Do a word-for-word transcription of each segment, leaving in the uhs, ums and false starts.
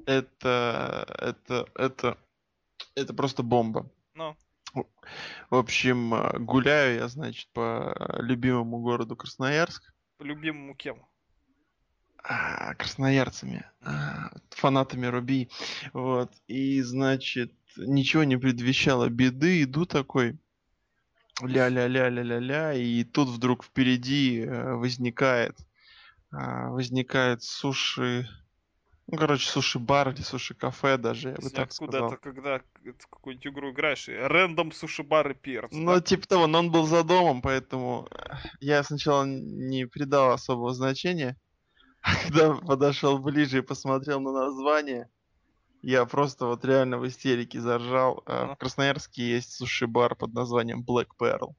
Это, это, это, это просто бомба. Ну, В в общем, э, гуляю я, значит, по э, любимому городу Красноярск, по любимому кем? а, красноярцами, Мгм. а, фанатами Руби. Вот. И, значит, ничего не предвещало беды. Иду такой, ля-ля-ля-ля-ля-ля, и тут вдруг впереди э, возникает, а, возникает суши, ну, короче, суши-бар или суши-кафе даже, я бы Если так откуда это, сказал. когда ты в какую-нибудь игру играешь, и рандом суши-бар и перц, Ну, да? типа того, но он был за домом, поэтому э, я сначала не придал особого значения. А когда подошел ближе и посмотрел на название, я просто вот реально в истерике заржал. А, В Ну. Красноярске есть суши-бар под названием Black Pearl.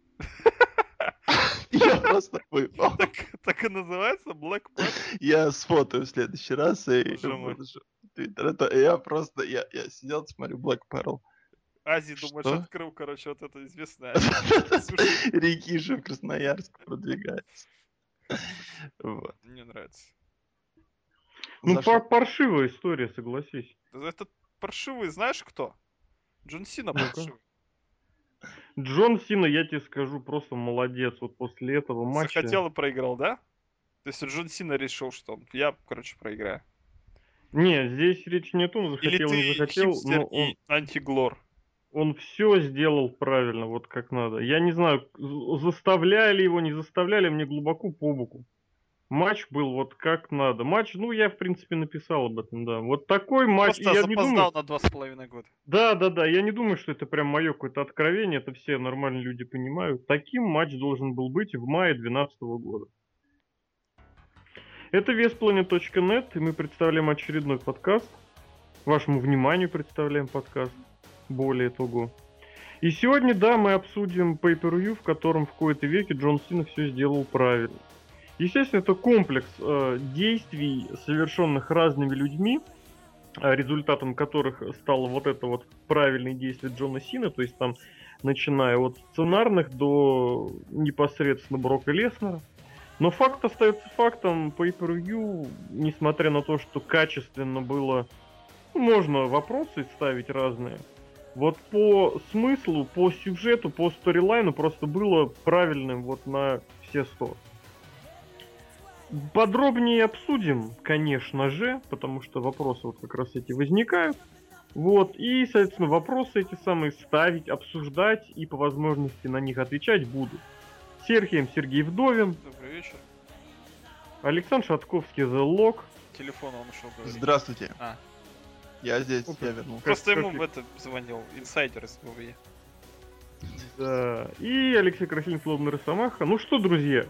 Я просто Так, выпал. так и называется Black Pearl? Я сфотаю в следующий раз и Боже мой. выложу в Твиттер. Это я просто, я, я сидел, смотрю Black Pearl. Ази, думаешь, Что? открыл, короче, вот это известное азиатское суши. Рикиши в Красноярск продвигается. Хорошо. Вот. Мне нравится. Ну, Зашел. пар- паршивая история, согласись. Да этот паршивый, знаешь кто? Джон Сина Ну-ка. паршивый. Джон Сина, я тебе скажу, просто молодец. Вот после этого матча. Захотел и проиграл, да? То есть Джон Сина решил, что он- я, короче, проиграю. Не, здесь речь не о том, Или захотел, ты не захотел, хипстер но он, и антиглор. он все сделал правильно, вот как надо. Я не знаю, з- заставляли его, не заставляли, мне глубоко по боку. Матч был вот как надо. Матч, ну, я, в принципе, написал об этом, да. Вот такой матч, и Просто я не думаю... запоздал на два с половиной года. Да, да, да, я не думаю, что это прям мое какое-то откровение, это все нормальные люди понимают. Таким матч должен был быть в мае две тысячи двенадцатого года. Это веспланет точка нет, и мы представляем очередной подкаст. Вашему вниманию представляем подкаст. Более того. И сегодня, да, мы обсудим Pay-Per-View, в котором в кои-то веке Джон Сина все сделал правильно. Естественно, это комплекс э, действий, совершенных разными людьми, э, результатом которых стало вот это вот правильное действие Джона Сина, то есть там, начиная от сценарных до непосредственно Брока Леснера. Но факт остается фактом, Pay-Per-View, несмотря на то, что качественно было, ну, можно вопросы ставить разные, вот по смыслу, по сюжету, по сторилайну просто было правильным вот на все сто. Подробнее обсудим, конечно же, потому что вопросы вот как раз эти возникают. Вот, и, соответственно, вопросы эти самые ставить, обсуждать и по возможности на них отвечать буду. Сергеем Сергей Вдовин, Добрый вечер. Александр Шатковский, The Lock. Телефон он ушел говорить. Здравствуйте. А, Я здесь, Опа. я вернулся. просто как ему и- в это звонил инсайдер из ВВЕ. Да. И Алексей Красильников, Лобный Росомаха. Ну что, друзья,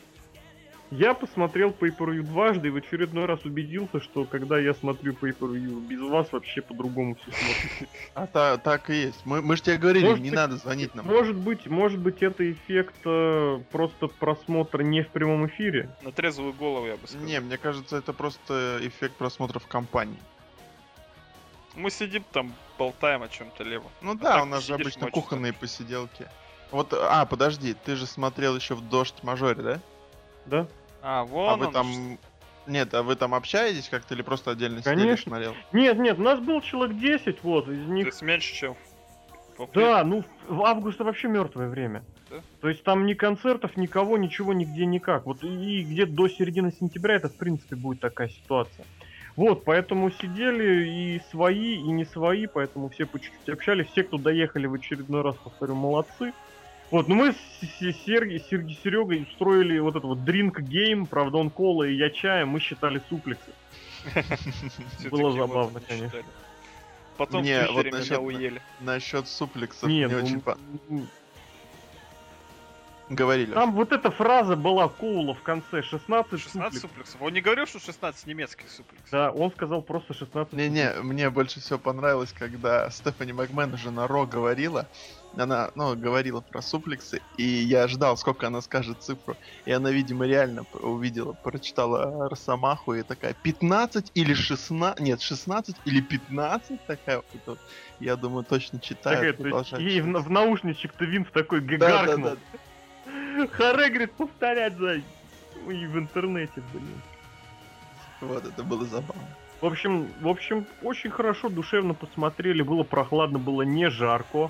я посмотрел Pay-Per-View дважды и в очередной раз убедился, что когда я смотрю Pay-Per-View без вас, вообще по-другому все смотрится. А та- так и есть. Мы, мы же тебе говорили, Может, не так- надо звонить нам. Может быть, может быть, это эффект э, просто просмотра не в прямом эфире. На трезвую голову, я бы сказал. Не, мне кажется, это просто эффект просмотра в компании. Мы сидим там, болтаем о чем-то левом. Ну А да, так у нас же сидишь, обычно мочишь кухонные посиделки. Вот, а, подожди, ты же смотрел еще в Дождь Мажоре, да? Да? А, вон А вы он там... что. Нет, а вы там общаетесь как-то или просто отдельно сидели и Конечно. смотрел? Нет, нет, нас было человек десять, вот, из То них... есть меньше, чем в Да, ну в августе вообще мертвое время. Да? То есть там ни концертов, никого, ничего, нигде, никак. Вот и где-то до середины сентября это в принципе будет такая ситуация. Вот, поэтому сидели и свои, и не свои, поэтому все по чуть-чуть общались. Все, кто доехали в очередной раз, повторю, молодцы. Вот, ну мы с С- Сергей, Сергей, Серегой устроили вот этот вот дринк гейм, правда он кола и я чаем, мы считали суплексы. Всё-таки Было вот забавно, они конечно. считали. Потом Не, в вот Твиттере меня насчет- уели. Насчет суплексов Нет, не ну, очень по- м, говорили. там вот эта фраза была Коула в конце, шестнадцать, шестнадцать суплексов. суплексов. Он не говорил, что шестнадцать немецких суплексов. Да, он сказал просто шестнадцать. Не-не, мне больше всего понравилось, когда Стефани Макмен уже на Ро говорила. Она, ну, говорила про суплексы, и я ждал, сколько она скажет цифру. И она, видимо, реально п- увидела, прочитала Росомаху и такая, пятнадцать или шестнадцать, нет, шестнадцать или пятнадцать, такая вот. это вот. Я думаю, точно Такая, читает, то есть продолжает ей в, читать. в наушничек-то Винс такой г- Да, да, гаркнул. да. Харе, говорит, повторять за... И в интернете, блин. Вот, это было забавно. В общем, в общем, очень хорошо, душевно посмотрели. Было прохладно, было не жарко.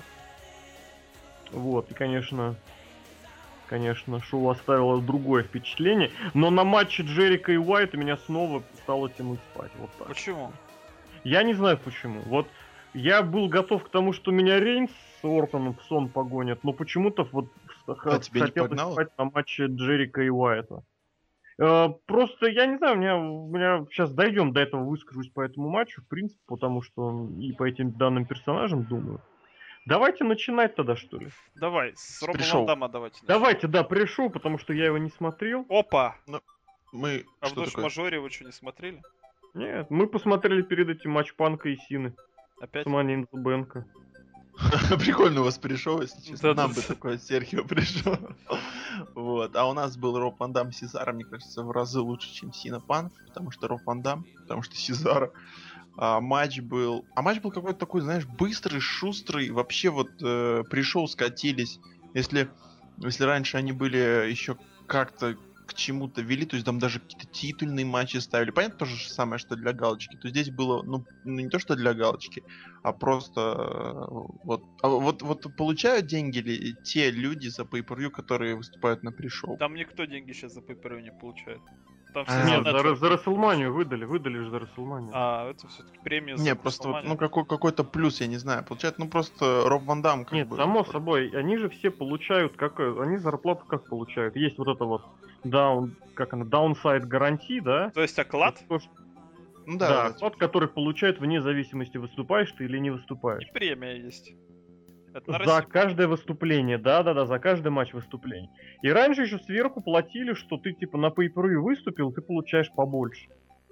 Вот, и, конечно, конечно, шоу оставило другое впечатление. Но на матче Джерика и Уайта меня снова стало тянуть спать. Вот так. Почему? Я не знаю почему. Вот я был готов к тому, что меня Рейнс с Ортоном в сон погонят, но почему-то вот А тебя не хотелось погнало? спать на матче Джерика и Уайта. Э, Просто, я не знаю, у меня, у меня сейчас дойдем до этого, выскажусь по этому матчу, в принципе, потому что и по этим данным персонажам думаю. Давайте начинать тогда, что ли. Давай, с Роба Пришел. Ван Дамма давайте. начнем. Давайте, да, пришел, потому что я его не смотрел. Опа! Мы... А в что Дождь такое? Мажоре вы что, не смотрели? Нет, мы посмотрели перед этим матч Панка и Сины. Опять? С Money in the Bank. Прикольно у вас пришел, если честно. Да, Нам да. бы такой Серхио пришел. Вот. А у нас был Роб Ван Дам Сезара, мне кажется, в разы лучше, чем Сина Панк, потому что Роб Ван Дам, потому что Сезара. А матч был... А матч был какой-то такой, знаешь, быстрый, шустрый. Вообще вот э, пришел, скатились. Если, если раньше они были еще как-то к чему-то вели, то есть там даже какие-то титульные матчи ставили. Понятно, то же самое, что для галочки. То здесь было, ну, ну, не то, что для галочки, а просто э, вот, а вот, вот получают деньги ли те люди за pay-per-view, которые выступают на пришел? Там никто деньги сейчас за pay не получает. Там все А, за Нет, за, Network. за Расселманию выдали, выдали же за Расселманию. А, это все-таки премия за Не, просто вот, WrestleMania. ну какой, какой-то плюс, я не знаю. Получает, ну просто Роб Ван Дам как Нет, бы... само собой, они же все получают, как э, они зарплату как получают? Есть вот это вот даун, как она, downside гарантии, да? То есть оклад Это то, что- Ну да, да, да, оклад, который получают вне зависимости, выступаешь ты или не выступаешь. и премия есть. Это на За России. каждое выступление, да-да-да, за каждый матч выступлений. И раньше еще сверху платили, что ты типа на pay-per-view выступил, ты получаешь побольше.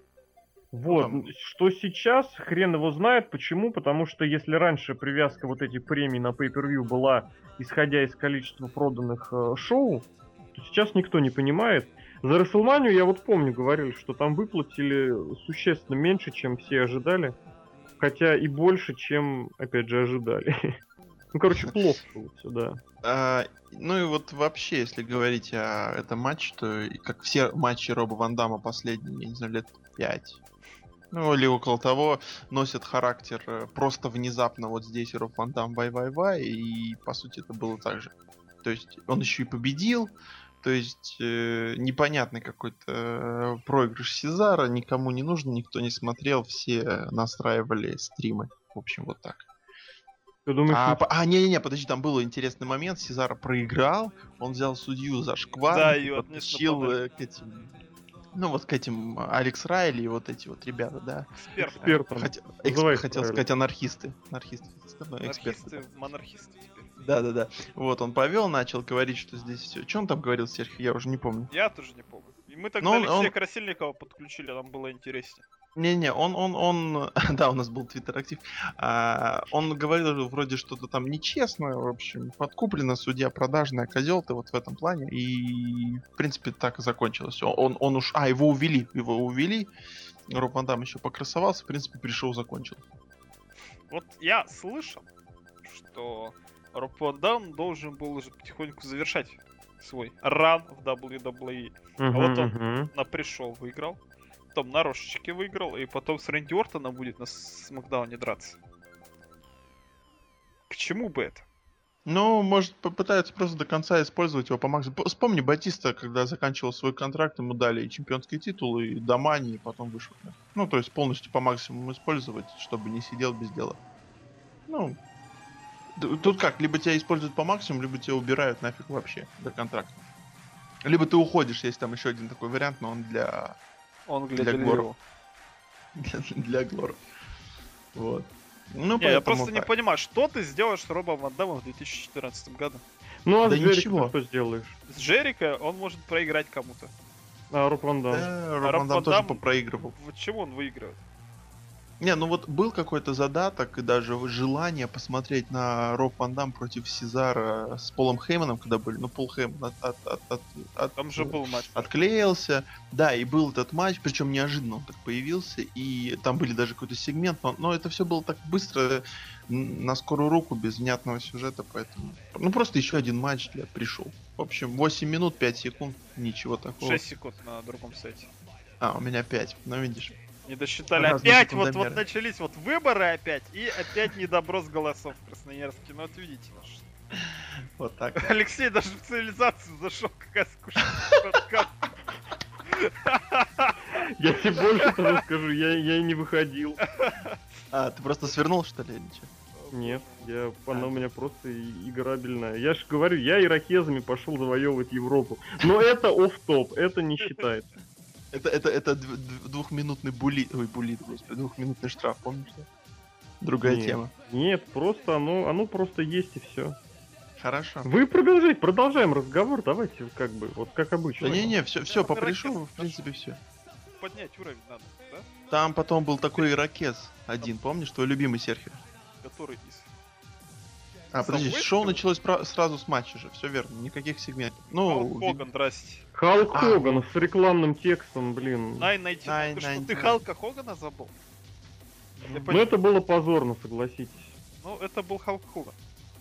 Вот, там- что сейчас, хрен его знает, почему, потому что если раньше привязка вот этих премий на pay-per-view была, исходя из количества проданных э, шоу, то сейчас никто не понимает. За WrestleMania я вот помню, говорили, что там выплатили существенно меньше, чем все ожидали, хотя и больше, чем, опять же, ожидали. Ну, короче, плохо было все, да. А, ну и вот вообще, если говорить о этом матче, то и как все матчи Роба Ван Дамма последние, я не знаю, лет пять, ну или около того, носят характер э, просто внезапно вот здесь Роб Ван Дам вай-вай-вай, и по сути это было так же. То есть он еще и победил, то есть э, непонятный какой-то э, проигрыш Сезара, никому не нужно, никто не смотрел, все настраивали стримы. В общем, вот так. Ты думаешь, А, ну, по- а, не-не-не, подожди, там был интересный момент. Сезар проиграл, он взял судью за шквар, Да, и отнес на подтащил панель. э, к этим, ну вот к этим а, Алекс Райли и вот эти вот ребята, да. Эксперт. экспертом. Хотя- эксп- Называй хотел правильно. сказать анархисты. Анархисты, хотел сказать, но эксперты. Анархисты, монархисты теперь. Да, да, да. Вот он повел, начал говорить, что здесь все. Что он там говорил, Серхио, я уже не помню. Я тоже не помню. И мы тогда Но он- Алексея он- Красильникова подключили, нам было интереснее. Не-не, он, он, он, да, у нас был твиттер актив. А, он говорил вроде что-то там нечестное, в общем, подкуплено, судья продажная, козел ты вот в этом плане. И, в принципе, так и закончилось. Он, он, он уж, а, его увели, его увели. Роб Ван Дам еще покрасовался, в принципе, пришел, закончил. Вот я слышал, что Роб Ван Дам должен был уже потихоньку завершать свой ран в дабл ю дабл ю и. Мгм, вот он. мгм. На пришел выиграл, потом на Рошечке выиграл, и потом с Рэнди Ортоном будет на Смакдауне драться. К чему бы это? Ну, может, попытаются просто до конца использовать его по максимуму. П- Вспомни Батиста, когда заканчивал свой контракт, ему дали и чемпионский титул, и Домани, и потом вышел. Ну, то есть полностью по максимуму использовать, чтобы не сидел без дела. Ну, т- тут как, либо тебя используют по максимуму, либо тебя убирают нафиг вообще до контракта. Либо ты уходишь, есть там еще один такой вариант, но он для... Он Для глядел Глору. для, для Глора. Вот. Ну, Не, я поэтому просто не так. понимаю, что ты сделаешь с Робом Ван Дамом в две тысячи четырнадцатом году? Ну, а Да с Джериком ничего. ты что сделаешь? С Джерика он может проиграть кому-то. А, Роб Ван Дам. Да, Роб Роб Ван Дам Ван тоже Дам- попроигрывал. Вот чему он выигрывает? Не, ну вот был какой-то задаток и даже желание посмотреть на Роб Ван Дам против Сезара с Полом Хейманом, когда были, ну Пол Хейман от, от, от, от, от- Там же был матч. отклеился, да, и был этот матч, причем неожиданно он так появился, и там были даже какой-то сегмент, но, но это все было так быстро, н- на скорую руку, без внятного сюжета, поэтому, ну просто еще один матч для пришел. В общем, восемь минут, пять секунд, ничего такого. шесть секунд на другом сайте. А, у меня пять, ну видишь. Не досчитали. Разные Опять вот, секундомеры. вот начались вот выборы опять, и опять недоброс голосов в Красноярске. Ну вот видите, наш. Вот так. Алексей даже в цивилизацию зашел, какая скучная. Я тебе больше того скажу, я, я и не выходил. А, ты просто свернул, что ли, или ничего? Нет, я, она у меня просто и- играбельная. Я же говорю, я ирокезами пошел завоевывать Европу. Но это офф-топ, это не считается. Это, это, это дв- дв- двухминутный булит, ой, булит, господи, двухминутный штраф, помнишь, да? Другая Нет. тема. Нет, просто оно, оно просто есть и все. Хорошо. Вы продолжайте, продолжаем разговор, давайте как бы, вот как обычно. Да не-не, все, все, по Ирокез пришел, в нашел. принципе, все. Поднять уровень надо, да? Там потом был такой ирокез один, помнишь, твой любимый Серхио? Который из... А, подожди, Subway шоу всего? началось про- сразу с матча же, все верно, никаких сегментов. Халк Ну, Хоган, здрасте. Халк А, Хоган вот. с рекламным текстом, блин. Най найти. Най Ты что, найти. ты Халка Хогана забыл? Я Ну понял. это было позорно, согласитесь. Ну, это был Халк Хоган.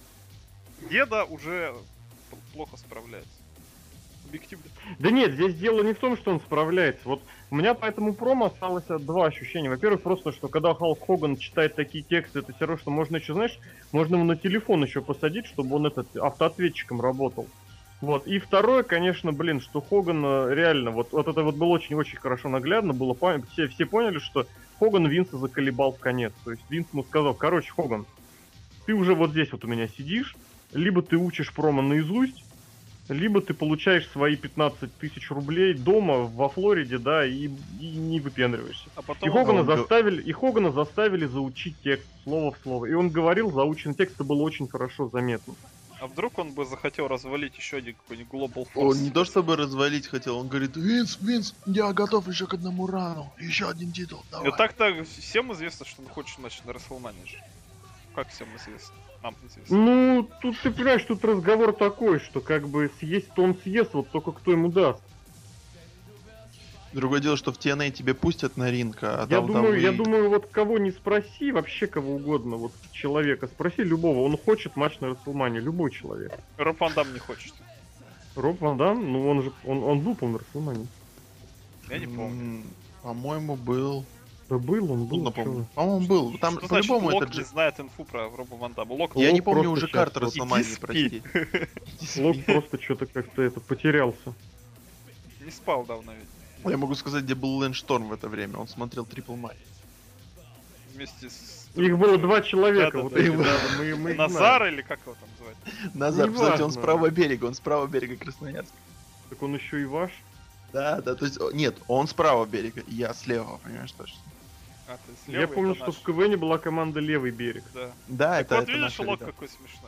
Деда уже п- плохо справляется. Объективно. Да нет, здесь дело не в том, что он справляется. Вот у меня по этому промо осталось а, два ощущения. Во-первых, просто, что когда Халк Хоган читает такие тексты, это все равно, что можно еще, знаешь, можно ему на телефон еще посадить, чтобы он этот автоответчиком работал. Вот. И второе, конечно, блин, что Хоган э, реально, вот, вот это вот было очень-очень хорошо наглядно, было пон- все, все поняли, что Хоган Винса заколебал в конец. То есть Винс ему сказал, короче, Хоган, ты уже вот здесь вот у меня сидишь, либо ты учишь промо наизусть, либо ты получаешь свои пятнадцать тысяч рублей дома во Флориде, да, и, и не выпендриваешься. А И потом... Хогана он го- заставили, и Хогана заставили заучить текст слово в слово. И он говорил, заученный текст, это было очень хорошо заметно. А вдруг он бы захотел развалить еще один какой-нибудь Global Force? он не то чтобы развалить хотел, он говорит, Винс, Винс, я готов еще к одному рану, еще один титул, давай. Ну так-то всем известно, что он хочет матч на WrestleMania же. Как всем известно? Нам известно. Ну, тут ты понимаешь, тут разговор такой, что как бы съесть-то он съест, вот только кто ему даст. Другое дело, что в ти эн эй тебе пустят на ринг, а Я там- думаю, там я и- думаю, вот кого не спроси, вообще кого угодно, вот человека, спроси любого, он хочет матч на WrestleMania, любой человек. Роб Ван Дам не хочет. Роб Ван Дам, ну он же, он, он был, по-моему, на WrestleMania. Я не помню. М, По-моему, был. Да был, он был, Ну, чё напомню. вы. По-моему, был. Там Что значит по-любому Лок это не же. знает инфу про Роба Ван Дамма? Лок... Я не Лок помню просто уже щас карты просто- Расселмании, Иди спи. прости. Лок просто что-то как-то это потерялся. Не спал давно ведь. Я могу сказать, где был Лэнс Шторм в это время. Он смотрел Трипл Матч. Вместе с... Их было два человека, Да-да-да. вот эти, да, мы, мы их Назар знаем. или как его там звать? Назар, кстати, он с Неважно. правого берега, он с правого берега Красноярска. Так он еще и ваш. Да, да, то есть, о, нет, он с правого берега, и я с левого, понимаешь, точно. А, ты Я слева, помню, это что наш. в КВН была команда «Левый берег». Да. Да, Так это, вот это видишь, наши Лок ребята. какой смешной.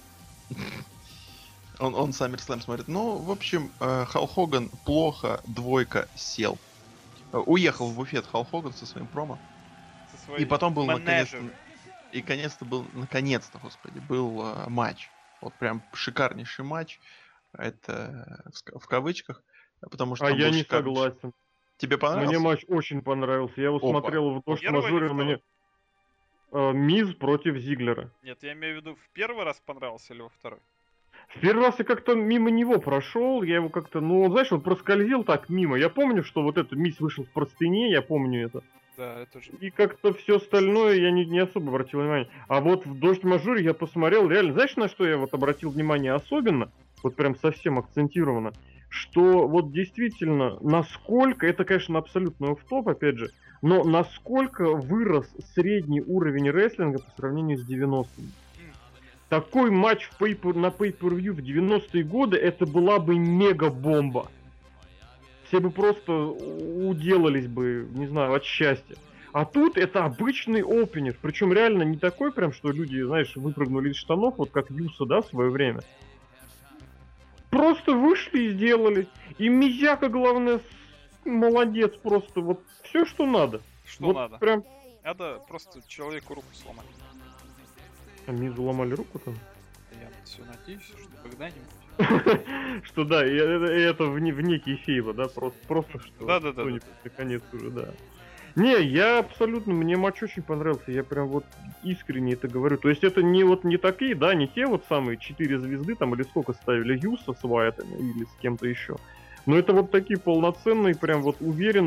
Он, он SummerSlam смотрит. Ну, в общем, э, Халк Хоган плохо, двойка, сел. Э, Уехал в буфет Халк Хоган со своим промо. Со своей И потом был наконец-то... менеджером. И наконец-то был, наконец-то, господи, был э, матч. Вот прям шикарнейший матч. Это в, ска- в кавычках. Потому что А там я был не шикарнейший- согласен. Тебе понравился? Мне матч очень понравился. Я его Опа. смотрел в дождь Первый или мажоре, второй? мне... э, Миз против Зиглера. Нет, я имею в виду, в первый раз понравился или во второй? В первый раз я как-то мимо него прошел, я его как-то, ну, он, знаешь, он проскользил так мимо. Я помню, что вот этот Миз вышел в простыне, я помню это. Да, это же. И как-то все остальное я не, не особо обратил внимание. А вот в «Дождь мажоре» я посмотрел, реально, знаешь, на что я вот обратил внимание особенно? Вот прям совсем акцентированно. Что вот действительно, насколько, это, конечно, абсолютно офф-топ, опять же, но насколько вырос средний уровень рестлинга по сравнению с девяностыми. Такой матч в pay- на pay-per-view в девяностые годы, это была бы мега-бомба. Все бы просто уделались бы, не знаю, от счастья. А тут это обычный опенер, причем реально не такой прям, что люди, знаешь, выпрыгнули из штанов, вот как Юса, да, в свое время. Просто вышли и сделали. И Мизяка, главное, с- молодец просто, вот все, что надо. Что вот надо? прям... Надо просто человеку руку сломать. А Мизу ломали руку там? Я все надеюсь, что когда-нибудь. Что да, и это, и это вне, вне кейфейба, да, просто, просто что Да-да-да. кто-нибудь наконец уже, да. Не, я абсолютно, мне матч очень понравился, я прям вот искренне это говорю. То есть это не вот не такие, да, не те вот самые четыре звезды там или сколько ставили Юса с Уайтами или с кем-то еще. Но это вот такие полноценные, прям вот уверенные,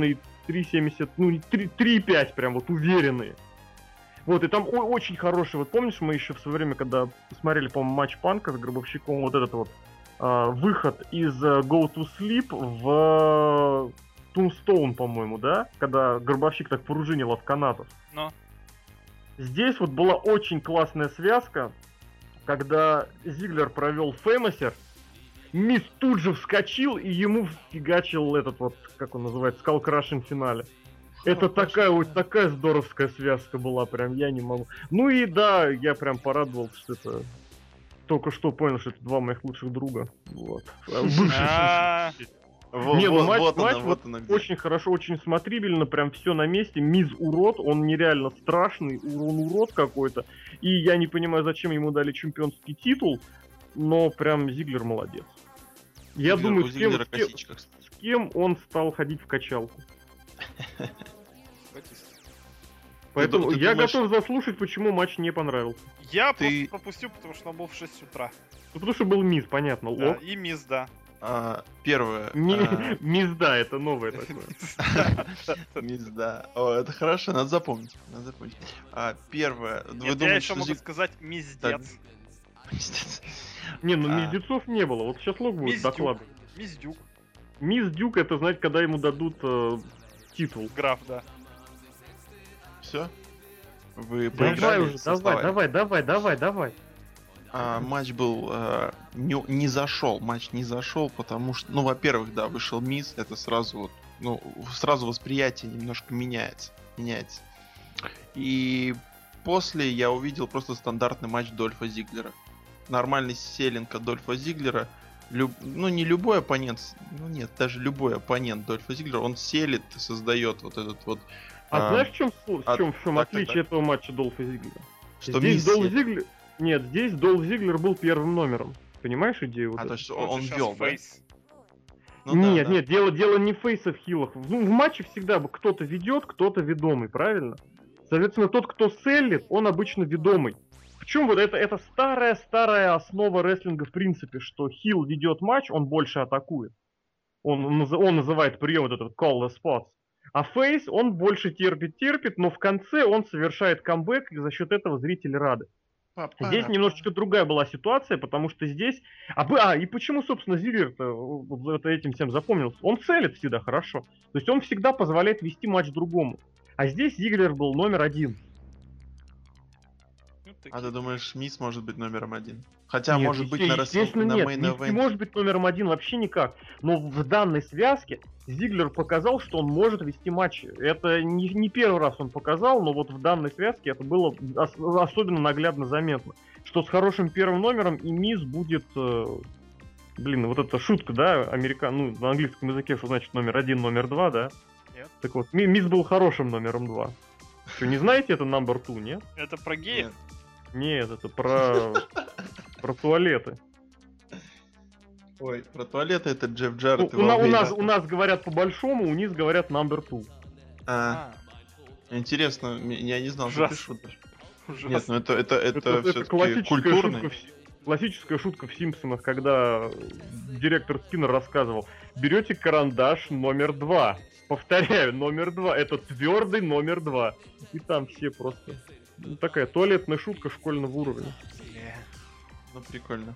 три семьдесят, ну три и пять прям вот уверенные. Вот, и там о- очень хороший, вот помнишь, мы еще в свое время, когда посмотрели, по-моему, матч Панка с Гробовщиком, вот этот вот э, выход из э, Go to Sleep в э, Tombstone, по-моему, да? Когда Гробовщик так пружинил от канатов. Но. Здесь вот была очень классная связка, когда Зиглер провел Феймосер, Мисс тут же вскочил и ему фигачил этот вот, как он называется, скалкрашинг в финале. Это такая вот такая здоровская связка была, прям я не могу. Ну и да, я прям порадовался, что это только что понял, что это два моих лучших друга. Вот. А, Не, ну матч, вот матч она, вот вот она где. очень хорошо, очень смотрибельно, прям все на месте. Миз урод, он нереально страшный, он урод какой-то. И я не понимаю, зачем ему дали чемпионский титул, но прям Зиглер молодец. Я Зиглер- думаю, у с кем, Зиглера с, кем, косичка, кстати. с кем он стал ходить в качалку. Поэтому ты я думаешь- готов заслушать, почему матч не понравился. Я Ты- просто пропустил, потому что он был в шесть утра. Ну, потому что был Миз, понятно, Да, лох. и мисс, да. А, первое. Ми- а, Миз, да, это новое такое. Мизда. О, это хорошо, надо запомнить. Надо запомнить. А, первое. Вы Нет, я думаете, еще что могу Зиг- сказать миздец. Пиздец. Не, ну А. Миздецов не было, вот сейчас лог будет Миздюк. докладывать. Миздюк. Мисс Дюк это, знаете, когда ему дадут э, титул. Граф, да. Все? Вы Давай проиграли уже, со давай, словами? давай, давай, давай, давай. А, матч был э, не, не зашел, матч не зашел, потому что, ну, во-первых, да, вышел мисс, это сразу вот, ну, сразу восприятие немножко меняется, меняется. И после я увидел просто стандартный матч Дольфа Зиглера. Нормальный селлинг от Дольфа Зиглера. Люб... Ну, не любой оппонент, ну нет, даже любой оппонент Дольфа Зиглера, он селит, создает вот этот вот... А, а, знаешь, в чем, в а, чем, в чем так, так, отличие так. этого матча Долфа Зиглера? что здесь мисс Долф селит. Зиглер... Нет, здесь Долф Зиглер был первым номером. Понимаешь идею? вот А, эту? то есть же он, щас вел, да? фейс. Ну да, нет, да. нет, дело, дело не в фейсах, хилах. Ну, в матче всегда кто-то ведет, кто-то ведомый, правильно? Соответственно, тот, кто селлит, он обычно ведомый. В чем вот это, это старая-старая основа рестлинга в принципе, что хил ведет матч, он больше атакует. Он, он, наз- он называет прием вот этот call the spots. А фейс, он больше терпит-терпит, но в конце он совершает камбэк, и за счет этого зрители рады. Здесь Папа. немножечко другая была ситуация, потому что здесь... А, бы- а и почему, собственно, Зиглер-то вот за это- этим всем запомнился? Он целит всегда хорошо. То есть он всегда позволяет вести матч другому. А здесь Зиглер был номер один. Ну, А такие. ты думаешь, мисс может быть номером один? Хотя, Нет, может быть, есте- на, Ресл- естественно, на нет. мейн Не, не может быть номером один вообще никак. Но в данной связке Зиглер показал, что он может вести матчи. Это не, не первый раз он показал, но вот в данной связке это было ос- особенно наглядно заметно. Что с хорошим первым номером и Мисс будет... э, блин, вот эта шутка, да, американ, ну, на английском языке, что значит номер один, номер два, да? Нет. Так вот, Ми- Мисс был хорошим номером два. Что, не знаете это number two, нет? Это про геев? Нет. Нет, это про... про туалеты. Ой, про туалеты это Джефф У, Джарретт. и у на- у Валвейн, нас, да? у нас говорят по большому, у них говорят number two. А, А, интересно, м- я не знал, Ужасно. запишу даже. ужасно. Нет, ну это, это, это, Это, это все-таки классическая, культурный. шутка в, классическая шутка в Симпсонах, когда директор Скиннер рассказывал: берете карандаш номер два. Повторяю, номер два. Это твердый номер два. И там все просто... Ну, такая туалетная шутка школьного уровня. Бля. Ну, прикольно.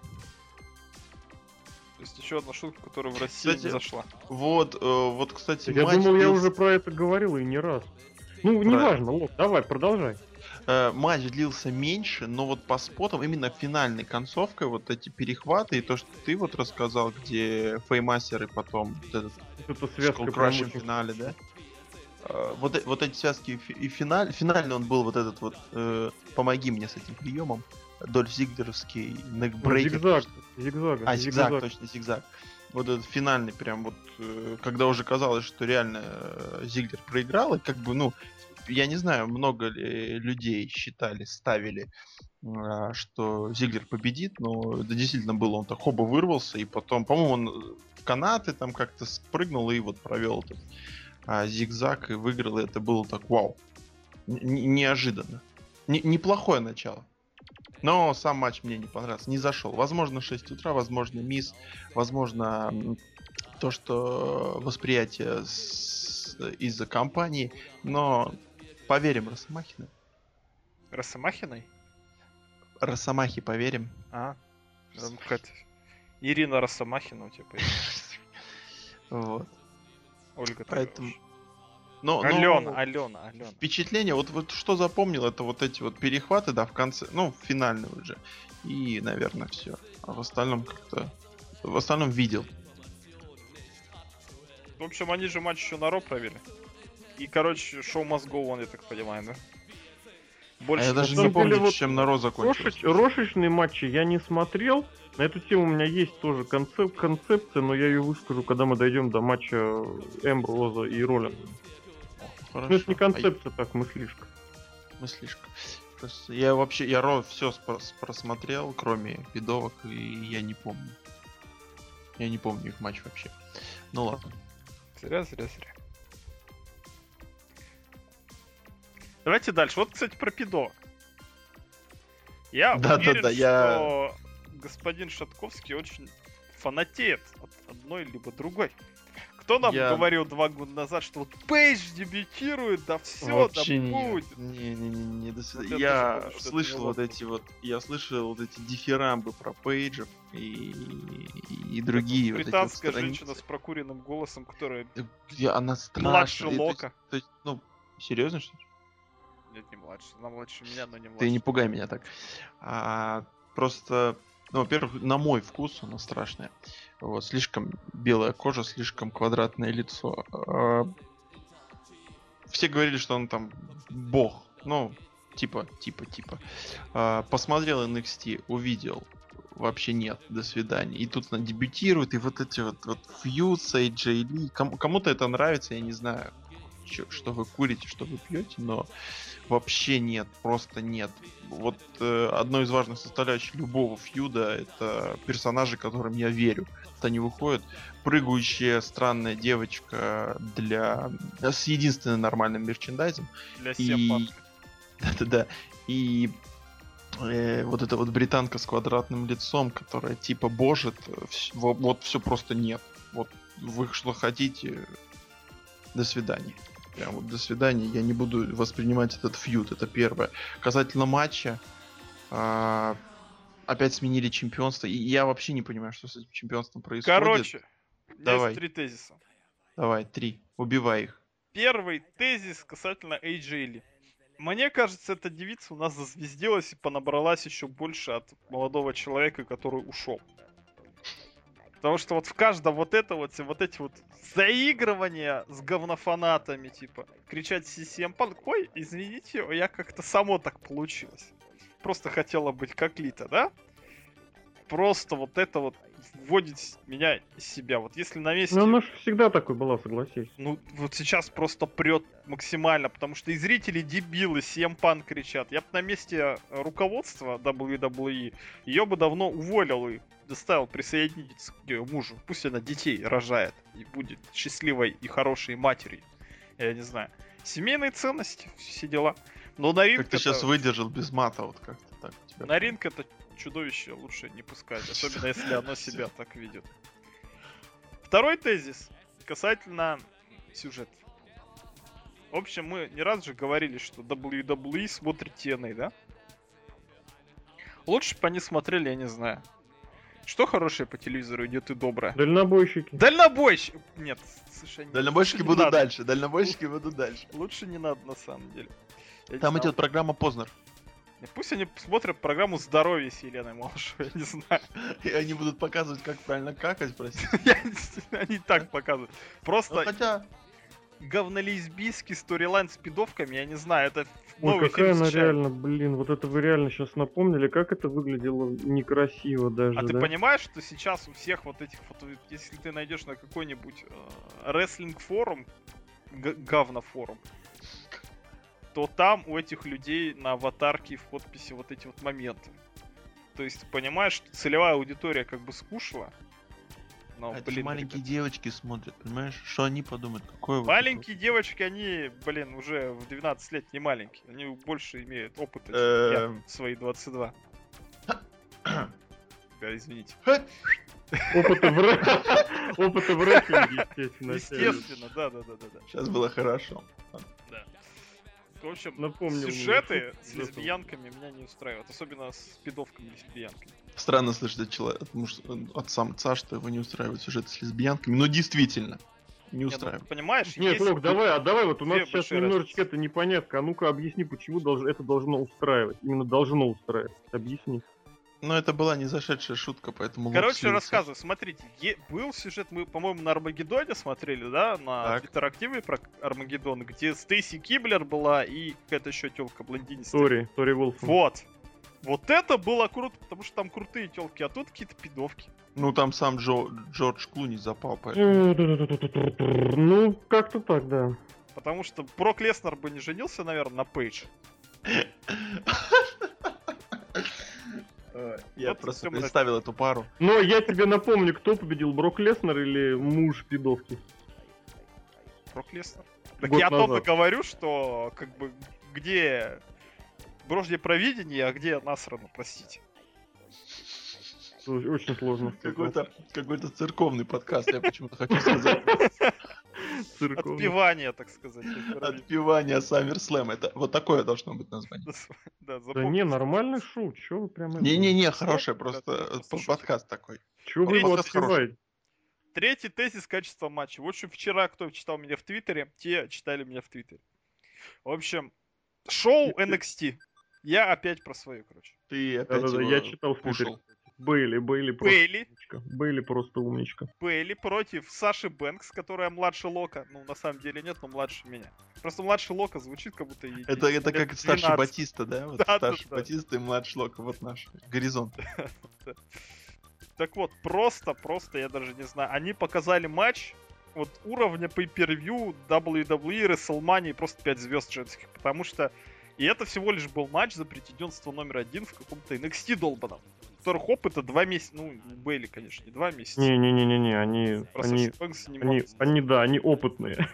То есть еще одна шутка, которая в России Кстати, не зашла. Вот, э, вот, кстати, Я матч думал, я длился- уже про это говорил и не раз. Ну, неважно, Лок, давай, продолжай. э, матч длился меньше, но вот по спотам, именно финальной концовкой, вот эти перехваты и то, что ты вот рассказал, где Феймастер и потом вот этот Вот эта связка прям Крашем в очень- финале, да? Э, Вот, э- вот эти связки и фи- и финаль, финальный он был вот этот вот э, помоги мне с этим приемом. Дольф Зиглеровский Ну, некбрейкер. зигзаг, зигзаг, А, зигзаг, точно, зигзаг. Вот этот финальный прям вот, э, когда уже казалось, что реально э, Зиглер проиграл, и как бы, ну, я не знаю, много ли людей считали, ставили, э, что Зиглер победит, но это действительно было, он так хоба вырвался, и потом, по-моему, он в канаты там как-то спрыгнул и вот провел этот а, зигзаг и выиграл, и это было так, вау, Н- неожиданно. Не- неплохое начало. Но сам матч мне не понравился, не зашел. Возможно, шесть утра, возможно, мисс, возможно, м, то, что восприятие с из-за из-за компании, но поверим Росомахиной. Росомахиной? Росомахе поверим. А, там какая-то Ирина Росомахина у тебя появилась. Вот. Ольга Поэтому... Троевич. Но, но Алена, Алена, Алена. впечатление, вот, вот что запомнил, это вот эти вот перехваты, да, в конце, ну, в финальной уже. И, наверное, все. А в остальном как-то... В остальном видел. В общем, они же матч еще на Ро провели. И, короче, шоу must go on, я так понимаю, да? Больше А я даже на не самом деле, помню, вот чем на Ро закончилось. Рошеч- рошечные матчи я не смотрел. На эту тему у меня есть тоже концеп- концепция, но я ее выскажу, когда мы дойдем до матча Эмброза и Роллинга. Ну, Хорошо. это не концепция, так, мыслишка. А, мыслишка. Просто я вообще, я Ро все просмотрел, кроме видовок, и я не помню. Я не помню их матч вообще. Ну ладно. Зря, зря, зря. Давайте дальше. Вот, кстати, про пидовок. Я Да, уверен, да, да, я- что господин Шатковский очень фанатеет от одной либо другой. Кто нам Я- говорил два года назад, что вот Пейдж дебютирует, да все, да Вообще не, будет. не, не, не, не, до свидания. Вот я Я тоже помню, что это слышал вот невозможно. эти вот, я слышал вот эти дифирамбы про пейджев и, и другие вот эти вот Британская страницы. женщина с прокуренным голосом, которая Э, я- Она младше страшная. И то есть- Лока. то есть, ну, серьезно, что ли? Нет, не младше. Она младше меня, но не младше. Ты не пугай меня так. А, просто, ну, во-первых, на мой вкус она страшная. Вот, слишком белая кожа, слишком квадратное лицо. А, все говорили, что он там бог. Ну, типа, типа, типа. А, посмотрел эн экс ти, увидел. Вообще нет, до свидания. И тут она дебютирует, и вот эти вот, вот фьюд с эй джей Ли. Кому- кому-то это нравится, я не знаю, чё- что вы курите, что вы пьете, но вообще нет, просто нет. Вот э, одной из важных составляющих любого фьюда это персонажи, которым я верю. Вот они выходят, прыгающая странная девочка для с единственным нормальным мерчендайзом. Для И всем да-да-да. И э, вот эта вот британка с квадратным лицом, которая типа божит, э, вс- во- вот все просто нет. Вот вы что хотите, до свидания. Прям вот до свидания. Я не буду воспринимать этот фьюд. Это первое. Касательно матча, а, опять сменили чемпионство. И я вообще не понимаю, что с этим чемпионством происходит. Короче, у меня Давай. есть три тезиса. Давай, три. Убивай их. Первый тезис касательно эй джей Ли. Мне кажется, эта девица у нас зазвездилась и понабралась еще больше от молодого человека, который ушел. Потому что вот в каждом вот это вот, вот эти вот заигрывания с говнофанатами, типа, кричать си си эм Punk, ой, извините, я как-то само так получилось. Просто хотела быть как Лита, да? Просто вот это вот вводит меня из себя. Вот если на месте... Ну, она же всегда такой была, согласись. Ну, вот сейчас просто прет максимально, потому что и зрители дебилы, си эм Punk кричат. Я бы на месте руководства дабл ю дабл ю и ее бы давно уволил и доставил присоединиться к ее мужу. Пусть она детей рожает и будет счастливой и хорошей матерью. Я не знаю. Семейные ценности, все дела. Но на ринг Как ты это... сейчас выдержал без мата, вот как-то так. у тебя На ринг это чудовище лучше не пускать, особенно если оно себя так ведет. Второй тезис касательно сюжета. В общем, мы не раз же говорили, что дабл ю дабл ю и смотрит ти эн эй, да? Лучше бы они смотрели, я не знаю. Что хорошее по телевизору идет и доброе? Дальнобойщики. Дальнобойщик! Нет, слушай, нет, Дальнобойщики лучше не будут надо. дальше, дальнобойщики будут дальше. Лучше не надо, на самом деле. Я не Там знаю. идет программа Познер. Пусть они смотрят программу «Здоровье» с Еленой Малышевой, я не знаю. И они будут показывать, как правильно какать, простите. Я не- Они так показывают. Ну, Просто хотя, говнолесбийский сторилайн с пидовками, я не знаю, это Ой, новый какая фильм с она Чайкой. реально, блин, вот это вы реально сейчас напомнили, как это выглядело некрасиво даже, А ты да? понимаешь, что сейчас у всех вот этих вот, если ты найдешь на какой-нибудь э, рестлинг-форум, г- говно-форум, то там у этих людей на аватарке в подписи вот эти вот моменты. То есть ты понимаешь, что целевая аудитория как бы скушала. Но, а это же блин, маленькие ребят, девочки смотрят, понимаешь? Что они подумают? Какое вот маленькие девочки, они, блин, уже в двенадцать лет не маленькие. Они больше имеют опыта, чем я Эм. в свои двадцать два. Да, извините. это- Опыты в рэ- опыты в рестлинге, естественно. Естественно, да-да-да-да. Сейчас было хорошо. Да. В общем, Напомнил мне сюжеты шутку, с да, лесбиянками меня не устраивают. Особенно с пидовками лесбиянками. Странно слышать от, человека, от, муж- от самца, что его не устраивает сюжет с лесбиянками. Но действительно, не Не, ну, ты устраивает. понимаешь, Нет, есть... Лок, давай, а давай, вот у две нас сейчас большие немножечко разницы. это непонятка. А ну-ка объясни, почему долж- это должно устраивать. Именно должно устраивать. Объясни. Но это была не зашедшая шутка, поэтому Лок Короче, слился. рассказываю. Смотрите, е- был сюжет, мы, по-моему, на Армагеддоне смотрели, да? На Так. Твиттер-активе про Армагеддон, где Стейси Киблер была и какая-то еще тёлка блондинистая. Тори, Тори Волфон. Вот. Вот это было круто, потому что там крутые тёлки, а тут какие-то пидовки. Ну там сам Джо, Джордж Клуни запал, поэтому... Э, Ну, как-то так, да. Потому что Брок Леснер бы не женился, наверное, на Пейдж. Я Вот просто всё мы представил эту пару. Но я тебе напомню, кто победил, Брок Леснер или муж пидовки? Брок Леснер. Так Год я о том и назад. говорю, что как бы где Божье провидение, а где насрано, простите. Очень сложно сказать. Какой-то какой-то церковный подкаст, я почему-то хочу сказать. Церковный. Отпевание, так сказать. Отпевание SummerSlam. Это вот такое должно быть название. Да, Да запомните. не, нормальное шоу, чё вы прям... это- Не-не-не, хорошее, Да, просто да, э, просто под- шутки. подкаст такой. Чё вы его Подкаст хороший. отпеваете? Третий тезис качества матча. В общем, вчера, кто читал меня в Твиттере, те читали меня в Твиттере. В общем, шоу эн экс ти. Я опять про свое, короче. Ты опять Да-да-да, его я читал в Твиттере. пушил. Бейли, Бейли просто Бейли. умничка. Бейли просто умничка. Бейли против Саши Бэнкс, которая младше Лока. Ну, на самом деле нет, но младше меня. Просто младше Лока звучит, как будто ей Это, это лет как старший двенадцать. Батиста, да? Вот Да, да, старший да. Батиста и младший Лока, вот наш горизонт. Так вот, просто, просто, я даже не знаю. Они показали матч вот уровня pay-per-view дабл ю дабл ю и, WrestleMania, просто пять звезд женских. Потому что и это всего лишь был матч за претендентство номер один в каком-то эн экс ти долбаном. Которых опыта два месяца. Ну, у Бейли, конечно, не два месяца. Не-не-не-не, они, Про они, Сашу Бэнкс не они, могу сказать. они, да, они опытные.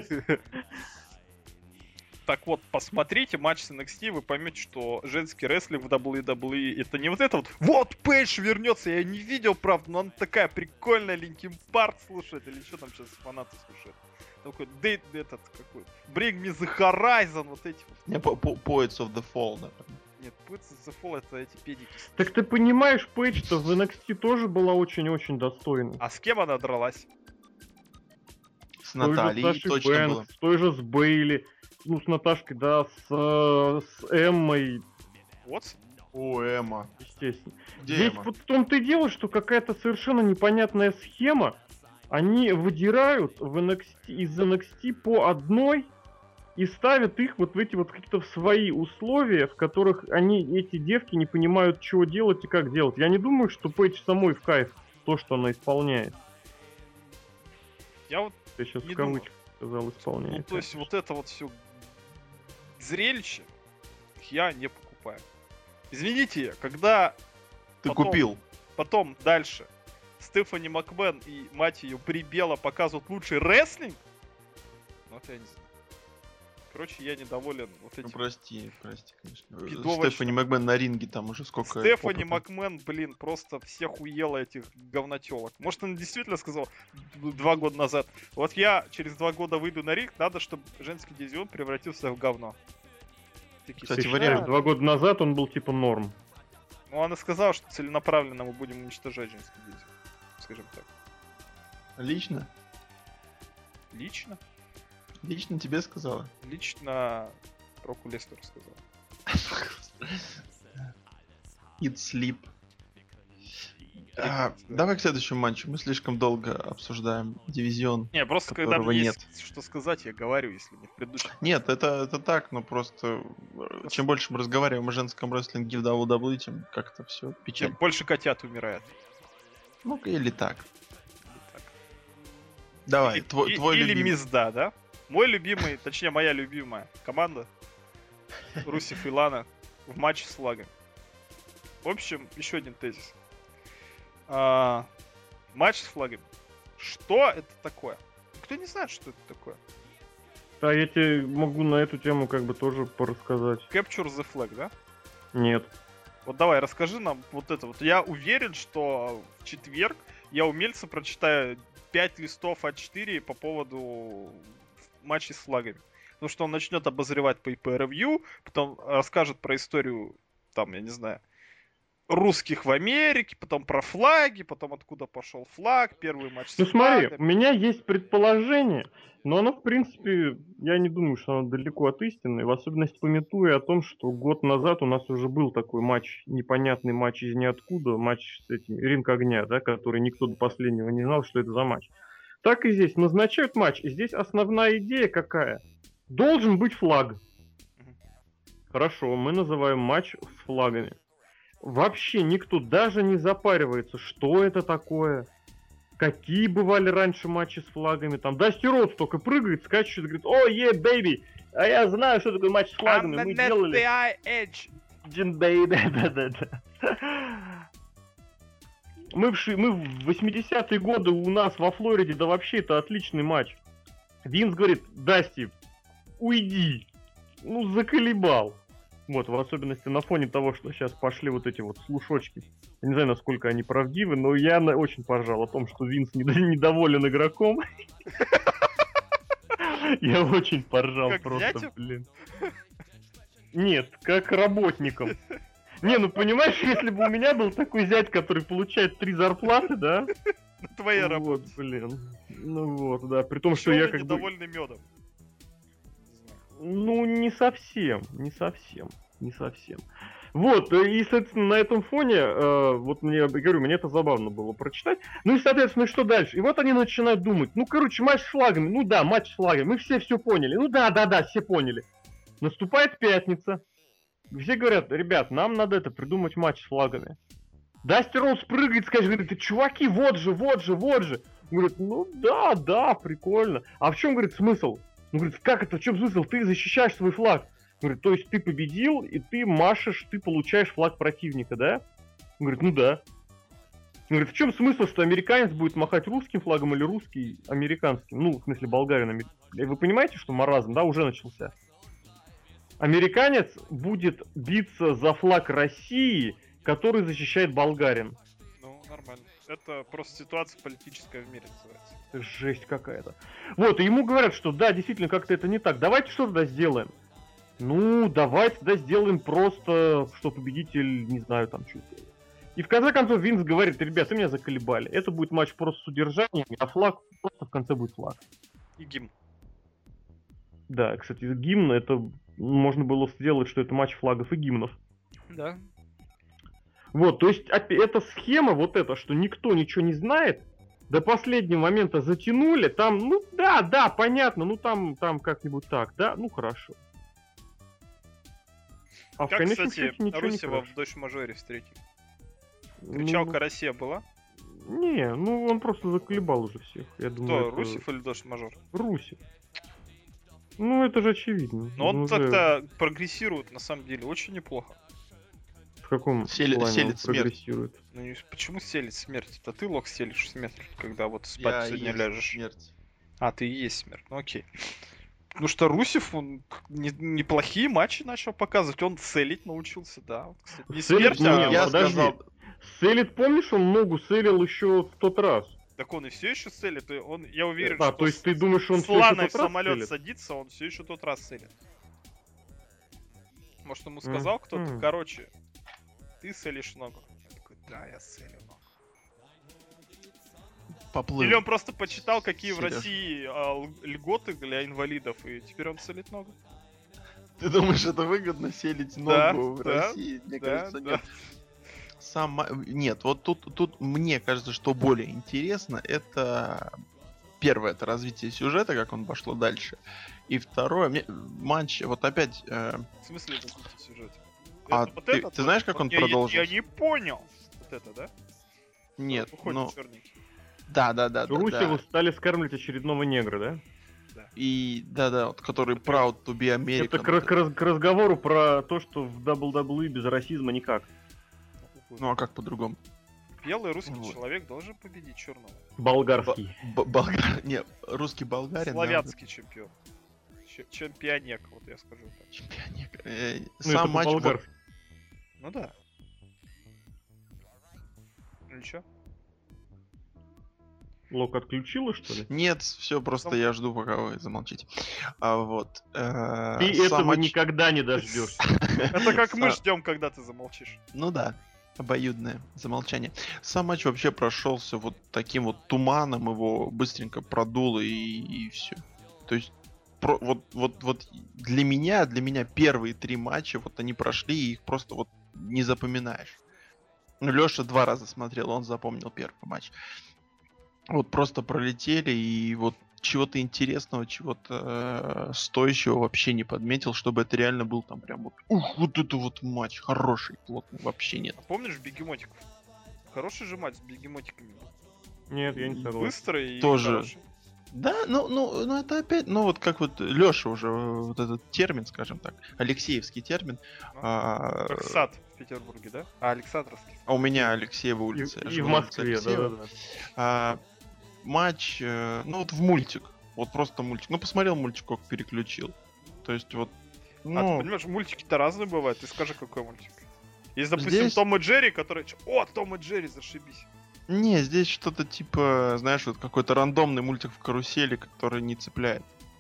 Так вот, посмотрите матч с эн экс ти, вы поймете, что женский рестлинг в дабл ю дабл ю и это не вот это вот. Вот Пейдж вернется, я не видел, правда, но она такая прикольная, Линкин Парк слушает, или что там сейчас фанаты слушают. Такой, дейт этот какой. Bring me the horizon, вот эти вот. Не, по- по- Poets of the Fall, наверное. Нет, Pits of the Fall это эти педики. Так ты понимаешь, Пейдж-то в эн экс ти тоже была очень-очень достойной. А с кем она дралась? С С той же Натальей Сашей точно Бэнкс, было. с той же с Бейли, ну, с Наташкой, да, с, э, с Эммой, Вот. О, Эма. естественно. Где Здесь Эма? вот в том-то и дело, что какая-то совершенно непонятная схема. Они выдирают в эн экс ти, из эн экс ти по одной и ставят их вот в эти вот какие-то свои условия, в которых они, эти девки, не понимают, чего делать и как делать. Я не думаю, что Пейдж самой в кайф то, что она исполняет. Я вот, Я сейчас Не в кавычках сказал, исполняет. ну, то есть вот это вот все зрелище я не покупаю. Извините, когда Ты потом- купил. потом дальше Стефани Макмен и мать ее Прибела показывают лучший рестлинг, ну это я не знаю. Короче, я недоволен вот Ну, этим. прости, прости, конечно. Пидовочно. Стефани Макмен на ринге там уже сколько... Стефани опыта. Макмен, блин, просто всех уела этих говнотелок. Может, он действительно сказал два года назад: вот я через два года выйду на ринг, надо, чтобы женский дивизион превратился в говно. Такие, Кстати, Ты вариант. считаешь, два года назад он был типа норм. Ну, она сказала, что целенаправленно мы будем уничтожать женский дивизион. Скажем так. Лично? Лично? Лично тебе сказала? Лично Броку Лестеру сказал. Eat sleep. А, давай к следующему матчу. Мы слишком долго обсуждаем дивизион. Не, просто когда Которого мне нет. есть что сказать, я говорю, если не в предыдущем. Нет, это, это так, но просто э, чем больше мы разговариваем о женском рестлинге в дабл ю дабл ю и, тем как-то все Чем печально. больше котят умирает. Ну или так. Или так. Давай, Или- твой, и- твой или любимый. Мизда, да? Мой любимый, точнее моя любимая команда Русев и Лана в матче с Флагом. В общем, еще один тезис. А, матч с Флагом. Что это такое? Кто не знает, что это такое? Да, я тебе могу на эту тему как бы тоже порассказать. Capture the Flag, да? Нет. Вот давай, расскажи нам вот это вот. Я уверен, что в четверг я умельца прочитаю пять листов а четыре по поводу матчей с флагами. Потому что он начнет обозревать по pay-per-view, потом расскажет про историю, там, я не знаю, русских в Америке, потом про флаги, потом откуда пошел флаг, первый матч с Ну смотри, флагами. у меня есть предположение, но оно, в принципе, я не думаю, что оно далеко от истины, в особенности памятуя о том, что год назад у нас уже был такой матч, непонятный матч из ниоткуда, матч с этим Ринг Огня, да, который никто до последнего не знал, что это за матч. Так и здесь назначают матч, и здесь основная идея какая? Должен быть флаг. Хорошо, мы называем матч с флагами. Вообще никто даже не запаривается, что это такое, какие бывали раньше матчи с флагами. Там Дасти Роудс только прыгает, скачет и говорит: «О, е, бэйби, а я знаю, что такое матч с флагами, мы делали». Джин бэйби, да-да-да. Мы в, ши... мы в восьмидесятые годы у нас во Флориде, да вообще это отличный матч. Винс говорит: «Дасти, уйди». Ну, заколебал. Вот, в особенности на фоне того, что сейчас пошли вот эти вот слушочки. Я не знаю, насколько они правдивы, но я на- очень поржал о том, что Винс недо- недоволен игроком. Я очень поржал Как просто, зятем? блин. Нет, как работником. Не, ну понимаешь, если бы у меня был такой зять, который получает три зарплаты, да? Твоя работа. Вот, блин. Ну вот, да. При том, что Что я вы как бы... недовольны медом? Ну, не совсем, не совсем, не совсем. Вот, и, соответственно, на этом фоне, э, вот мне, я говорю, мне это забавно было прочитать. Ну и, соответственно, что дальше? И вот они начинают думать, ну, короче, матч с флагами, ну да, матч с флагами, мы все все поняли. Ну да, да, да, все поняли. Наступает пятница. Все говорят: ребят, нам надо это придумать матч с флагами. Дасти Роудс прыгает, скажет, говорит: «Да, чуваки, вот же, вот же, вот же». Говорит: ну да, да, прикольно. А в чем, говорит, смысл? Он говорит: как это, в чем смысл? Ты защищаешь свой флаг. Говорит: то есть ты победил, и ты машешь, ты получаешь флаг противника, да? Он говорит: ну да. Он говорит: в чем смысл, что американец будет махать русским флагом или русский американским? Ну, в смысле, болгарин американским. Вы понимаете, что маразм, да, уже начался? Американец будет биться за флаг России, который защищает болгарин. Ну, нормально. Это просто ситуация политическая в мире называется. Жесть какая-то. Вот, и ему говорят, что да, действительно, как-то это не так. Давайте что тогда сделаем? Ну, давайте тогда сделаем просто, что победитель, не знаю, там что сделает. И в конце концов Винс говорит: ребят, вы меня заколебали. Это будет матч просто с удержанием, а флаг просто в конце будет флаг. И гимн. Да, кстати, гимн, это можно было сделать, что это матч флагов и гимнов. Да. Вот, то есть опя- эта схема, вот эта, что никто ничего не знает, до последнего момента затянули, там, ну да, да, понятно, ну там, там как-нибудь так, да, ну хорошо. А в Как, конечном кстати, счете ничего не Русева хорошо. в «Дочь-мажоре» встретил? Ну, Кричалка «Россия» была? Не, ну он просто заколебал уже всех. Я думаю, Кто, это Русев или «Дождь-мажор»? Русев. Ну это же очевидно. Но он уже так-то прогрессирует, на самом деле, очень неплохо. в каком Сели- плане селит он смерть. прогрессирует? Ну не- почему селит смерть? Это ты, лох, селишь смерть, когда вот спать Я сегодня есть ляжешь. смерть. А, ты и есть смерть, ну окей. Потому что Русев, он не- неплохие матчи начал показывать, он целить научился, да. Вот, кстати, не Целить? смерть, Не, а... Я подожди. сказал, Селит, помнишь, он ногу селил еще в тот раз? Так он и все еще целит, и он, я уверен, А, что то есть ты думаешь, что он с всё ещё Ланой в тот раз самолет целит? садится, он все еще тот раз целит. Может, ему сказал М, кто-то, м. короче, ты целишь ногу. Я такой: да, я целю ногу. поплыл. Или он просто почитал, какие в Серёж. России а, л- льготы для инвалидов, и теперь он целит ногу. Ты думаешь, это выгодно селить Да, ногу в да, России? Мне да, кажется, да. нет. Сам, ма- нет, вот тут, тут мне кажется, что более интересно, это первое, это развитие сюжета, как он пошло дальше, и второе, мне, матч, вот опять, э, В смысле это сюжет? А Это вот ты- этот ты вот? знаешь, как он я, я- продолжился? Я не понял. Вот это, да? нет, Уходит ну, чёрненький. да, да, да, да, Русеву да. стали скармливать очередного негра, да? И, да, да, вот, который proud to be American. Это к, ра- к раз- к разговору про то, что в дабл ю дабл ю и без расизма никак. Ну а как по-другому? Белый русский Вот. человек должен победить черного. Болгарский. Б- болгар... Не, русский болгарин. да, Славянский чемпион. Ч- чемпионек, вот я скажу так. вот, чемпионик. Э, Ну, Сам это матч... вот- по-болгарски. Ну да. Ну чё? Лок отключила, что ли? Нет, все, просто Сам- я жду, пока вы замолчите. А вот. э, Ты сам этого матч- никогда не дождешься. Это как мы Са- ждем, когда ты замолчишь. Ну да, обоюдное замолчание. Сам матч вообще прошелся вот таким вот туманом, его быстренько продуло и, все. То есть про- вот, вот, вот для меня, для меня первые три матча, вот они прошли, и их просто вот не запоминаешь. Ну, Леша два раза смотрел, он запомнил первый матч. Вот просто пролетели, и вот чего-то интересного, чего-то э, стоящего вообще не подметил, чтобы это реально был там прям вот, ух, вот это вот матч, хороший, плотный, вообще нет. А помнишь бегемотиков? Хороший же матч с бегемотиками был. Нет, я не согласен. Быстрый и Тоже. хороший. Да, ну, ну, ну это опять, ну вот как вот Леша уже, э, вот этот термин, скажем так, Алексеевский термин. а, Как сад в Петербурге, да? А, Александровский. а у меня Алексеева И, улица. я и живу в на улице Москве, Алексеева. да-да-да. А, матч, э, ну вот в мультик, вот просто мультик. Ну посмотрел мультик, как переключил. То есть вот, А ну, ты понимаешь, мультики-то разные бывают. Ты скажи, какой мультик. Есть, допустим, Здесь- Том и Джерри, который... О, Том и Джерри, зашибись. не, здесь что-то типа, знаешь, вот какой-то рандомный мультик в карусели, который не цепляет.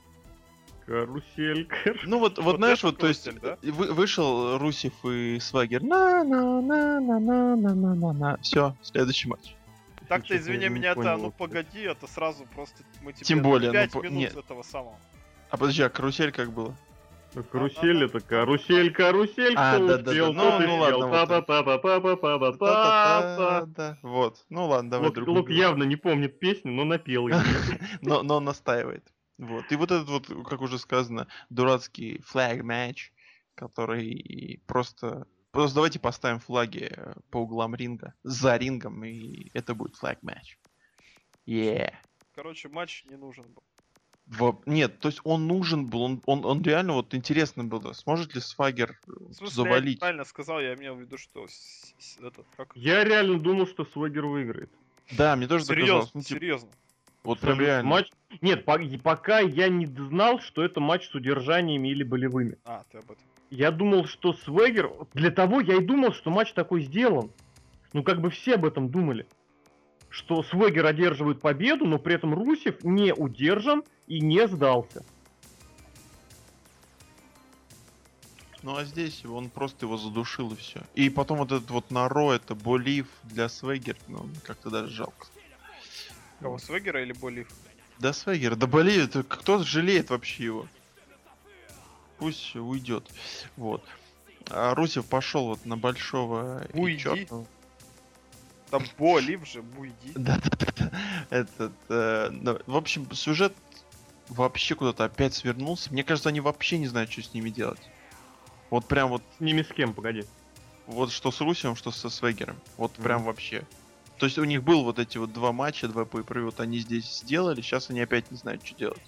Каруселька. Ну вот, вот, Вот знаешь, это вот, то есть, карусель, да? э, вы- вышел Русев и Свагер, на на на на на на на на на все, следующий матч. Так-то, честно, извини я не меня, это, понял ну вообще. погоди, это сразу просто мы тебе Тем более, ну, пять по- минут нет. этого самого. А подожди, а карусель как было? Ну, Карусель это карусель, карусель, А, кто да-да-да, успел, ну, тот ну и ладно, съел. вот так. Та-та-та-та-та-та-та-та-та. Та-та-та-та. Вот, ну ладно, давай Лук другую. Лук явно не помнит песню, но напел ее. но, но он настаивает. Вот. И вот этот вот, как уже сказано, дурацкий флаг матч, который просто... Просто давайте поставим флаги э, по углам ринга, за рингом, и это будет флаг матч. Yeah. Короче, матч не нужен был. Во- Нет, то есть он нужен был, он, он, он реально вот интересно был. Да. Сможет ли Свагер э, В смысле, я завалить? правильно сказал, я имел в виду, что с- с- этот, как... Я реально думал, что Свагер выиграет. Да, мне тоже так казалось. Серьезно, Ну, типа, серьезно. вот прям Абсолютно. реально. Матч... Нет, по- и пока я не знал, что это матч с удержаниями или болевыми. А, ты об этом. Я думал, что Свегер... Для того я и думал, что матч такой сделан. Ну, как бы все об этом думали. Что Свегер одерживает победу, но при этом Русев не удержан и не сдался. Ну а здесь он просто его задушил и все. И потом вот этот вот Наро, это Болив для Свегер, ну как-то даже жалко. Кого, Свегера или Болив? Да Свегер, да Болив, это кто жалеет вообще его? Пусть уйдет. Вот. А Русев пошел вот на большого и Уйди. чёртова. Там Болив же, Буйди. Да, да, да. Этот, э, ну, в общем, сюжет вообще куда-то опять свернулся. Мне кажется, они вообще не знают, что с ними делать. Вот прям вот, С ними с кем, погоди. вот что с Русевым, что со Свегером. Вот прям Мгм. вообще. То есть у них был вот эти вот два матча, два пэй вот они здесь сделали, сейчас они опять не знают, что делать.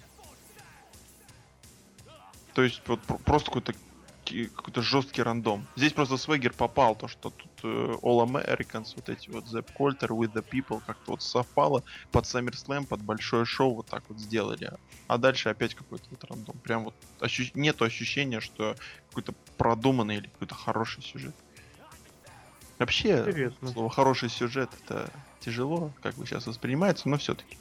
То есть вот про- просто какой-то ки- какой-то жесткий рандом. Здесь просто Свегер попал, то что тут э, All Americans, вот эти вот Зэп Кольтер, With the People, как-то вот совпало под SummerSlam, под большое шоу вот так вот сделали. А дальше опять какой-то вот рандом. Прям вот ощу- нету ощущения, что какой-то продуманный или какой-то хороший сюжет. Вообще, Интересно. слово хороший сюжет это тяжело, как бы сейчас воспринимается, но все-таки.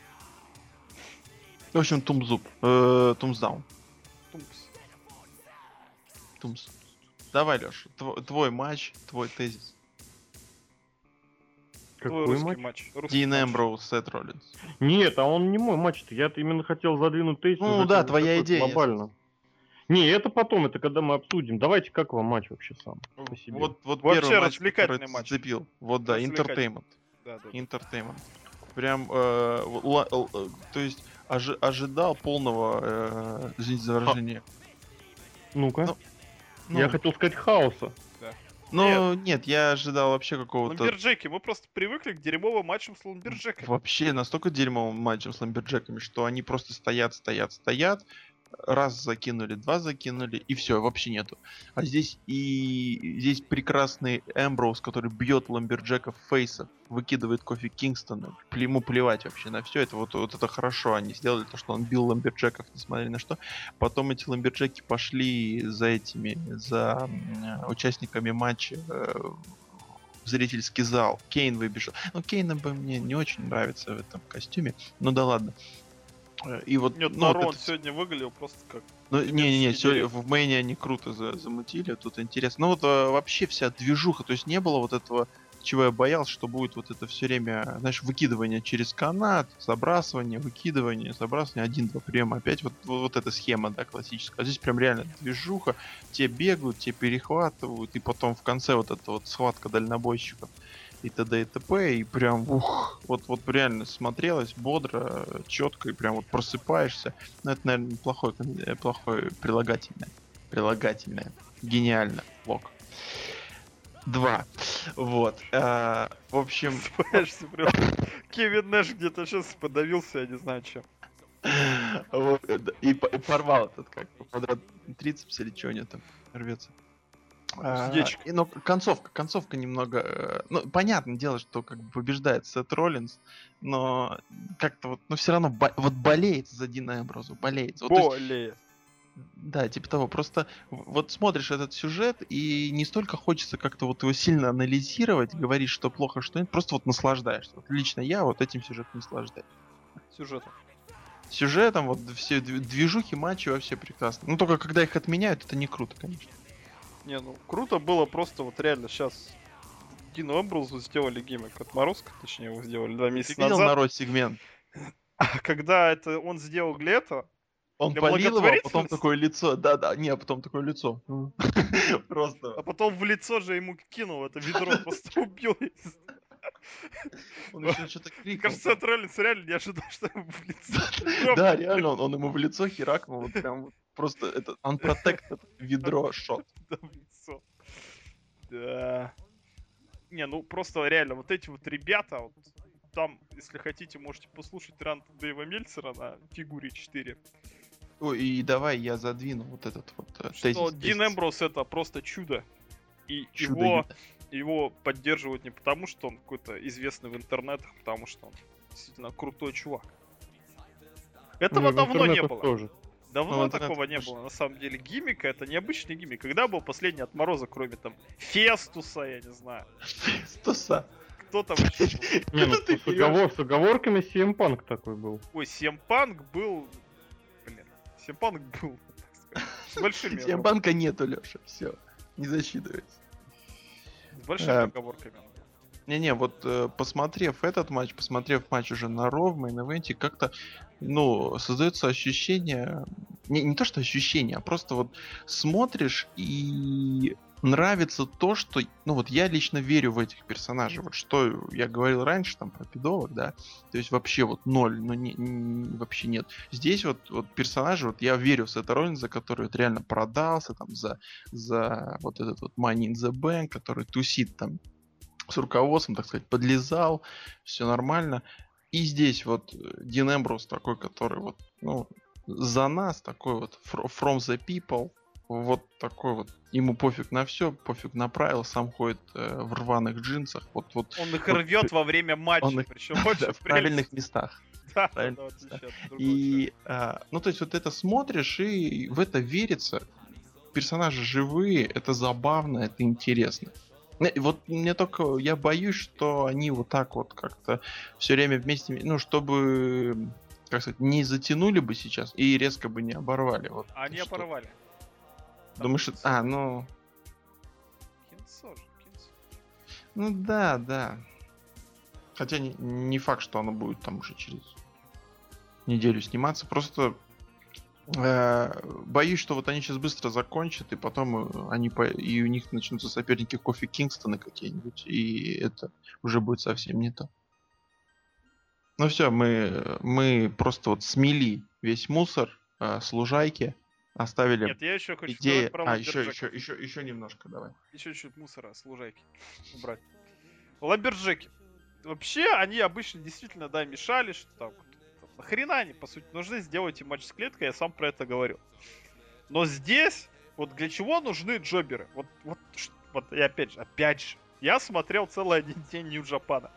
В общем, Тумзуп, э, Тумсдаун. Тумпс. Тумс. Давай, Леша, твой матч, твой тезис. Твой Какой русский матч? матч. русский Дин матч. Эмброуз, Сет Роллинс. Нет, а он не мой матч-то. Я-то именно хотел задвинуть тезис. Ну уже да, как бы твоя такой идея, я Глобально. Не, это потом, это когда мы обсудим. Давайте, как вам матч вообще сам? По себе? Вот, вот Вообще первый матч, развлекательный который матч. зацепил. Вот да, Развлекательный. Entertainment. Да, да, да. Entertainment. Прям, э, ла- л- э, то есть, ожи- ожидал полного, э, извините за выражение. Ну-ка. Ну, Ну, Я хотел сказать хаоса. ну, нет, я ожидал вообще какого-то... Ламберджеки, мы просто привыкли к дерьмовым матчам с ламберджеками. Вообще настолько дерьмовым матчем с ламберджеками, что они просто стоят, стоят, стоят, раз закинули, два закинули, и все, вообще нету. А здесь и здесь прекрасный Эмброуз, который бьет ламберджеков фейсов, выкидывает Кофи Кингстона, пле- ему плевать вообще на все это. Вот, вот это хорошо они сделали, то, что он бил ламберджеков, несмотря ни на что. Потом эти ламберджеки пошли за этими, за м, участниками матча э, в зрительский зал. Кейн выбежал. Ну, Кейна бы мне не очень нравится в этом костюме. Ну да ладно. И вот, Нет, ну, Нарон вот это... сегодня выглядел просто как... Ну, не-не-не, сегодня в Мэйне они круто за замутили, тут интересно. Ну вот а, вообще вся движуха, то есть не было вот этого, чего я боялся, что будет вот это все время, знаешь, выкидывание через канат, забрасывание, выкидывание, забрасывание, один-два приема, опять вот, вот, вот эта схема, да, классическая. А здесь прям реально движуха, те бегают, те перехватывают, и потом в конце вот эта вот схватка дальнобойщиков и т.д. и т.п. И прям, ух, вот, вот реально смотрелось бодро, четко, и прям вот просыпаешься. Ну, это, наверное, неплохое, плохое прилагательное. Прилагательное. Гениально. Лок. Два. Вот. А, в общем... Спаешься прям. Кевин Нэш где-то сейчас подавился, я не знаю, чем. Вот, и порвал этот, как квадрат трицепс или что у него там рвется. А, и, ну, концовка, концовка немного... э, Ну, понятное дело, что как бы побеждает Сет Роллинс, но как-то вот, ну, все равно бо- вот болеет за Дина Эмброзу, болеет. Вот, то есть, Более. да, типа того, просто в- вот смотришь этот сюжет, и не столько хочется как-то вот его сильно анализировать, говорить, что плохо, что нет, просто вот наслаждаешься. Вот лично я вот этим сюжетом наслаждаюсь. Сюжетом. Сюжетом, вот все дв- движухи, матчи вообще прекрасно. Ну, только когда их отменяют, это не круто, конечно. Не, ну круто было просто вот реально сейчас Дину Эмброзу сделали гиммик отморозка, точнее его сделали два Ты месяца видел назад. народ сегмент? А когда это он сделал для этого, Он для полил его, а потом благотворительности, такое лицо. Да-да, не, а потом такое лицо. а Просто. потом в лицо же ему кинул это ведро, просто убил. Он еще что-то Мне крикнул. кажется, Сет Роллинс реально не ожидал, что ему в лицо ведро. Да, реально, он, он ему в лицо херакнул. Вот прям вот просто это unprotected ведро шот. Да, в лицо. Да. Не, ну просто реально, вот эти вот ребята, вот, там, если хотите, можете послушать рант Дэйва Мельцера на фигуре четыре. Ой, и давай я задвину вот этот вот э, Что тезис. Дин тезис. Эмброс это просто чудо. И Чудо его, Юда. его поддерживают не потому, что он какой-то известный в интернетах, потому что он действительно крутой чувак. Этого Не, в давно не интернетах было. тоже. Давно Ну, в интернетах такого не тоже. было. На самом деле гиммика это необычный гиммик. Когда был последний отморозок, кроме там Фестуса, я не знаю. Фестуса. Кто там еще был? Не, ну Ты с, оговор- с оговорками си эм Punk такой был. Ой, си эм Punk был... Блин, си эм Punk был, так сказать, с большими, Всем банка нету, Леша. Все. Не засчитывается. с большими Э, оговорками. Не-не, вот э, посмотрев этот матч, посмотрев матч уже на Ро в мейн-эвенте, как-то, ну, создается ощущение, не, не то что ощущение, а просто вот смотришь и нравится то, что, ну вот я лично верю в этих персонажей, вот что я говорил раньше там про пидовок, да, то есть вообще вот ноль, ну не, не- вообще нет. Здесь вот, вот персонажи, вот я верю в Сета Роллинза, который вот реально продался там за, за вот этот вот Money in the Bank, который тусит там с руководством, так сказать, подлезал, все нормально. И здесь вот э, Дин Эмброуз такой, который вот, ну, за нас, такой вот fro- from the people, вот такой вот, ему пофиг на все, пофиг на правила, сам ходит э, в рваных джинсах, вот, вот, Он их вот рвет во время матча, он их- причем да, очень в правильных местах. Да, правильно, да, в отличие да. от другого И, а, ну, то есть вот это смотришь, и в это верится. Персонажи живые, это забавно, это интересно. Не, и вот мне только, я боюсь, что они вот так вот как-то все время вместе, ну, чтобы, как сказать, не затянули бы сейчас и резко бы не оборвали. Вот, Они что. оборвали. Думаешь, что... А, ну, Кинцо же, кинцо. ну да, да. Хотя не, не факт, что оно будет там уже через неделю сниматься. Просто э, боюсь, что вот они сейчас быстро закончат, и потом э, они по- и у них начнутся соперники Кофи Кингстона какие-нибудь, и это уже будет совсем не то. Ну все, мы, мы просто вот смели весь мусор э, с лужайки, оставили Нет, я еще хочу идеи. сказать про А, еще, ламберджеков. еще, еще, еще немножко, давай. Еще чуть мусора с лужайки убрать. Ламберджеки. Вообще, они обычно действительно, да, мешали, что там, там нахрена они, по сути, нужны, сделайте матч с клеткой, я сам про это говорил. Но здесь, вот для чего нужны джоберы? Вот, вот, ш- вот, и опять же, опять же, я смотрел целый один день Нью-Джапана.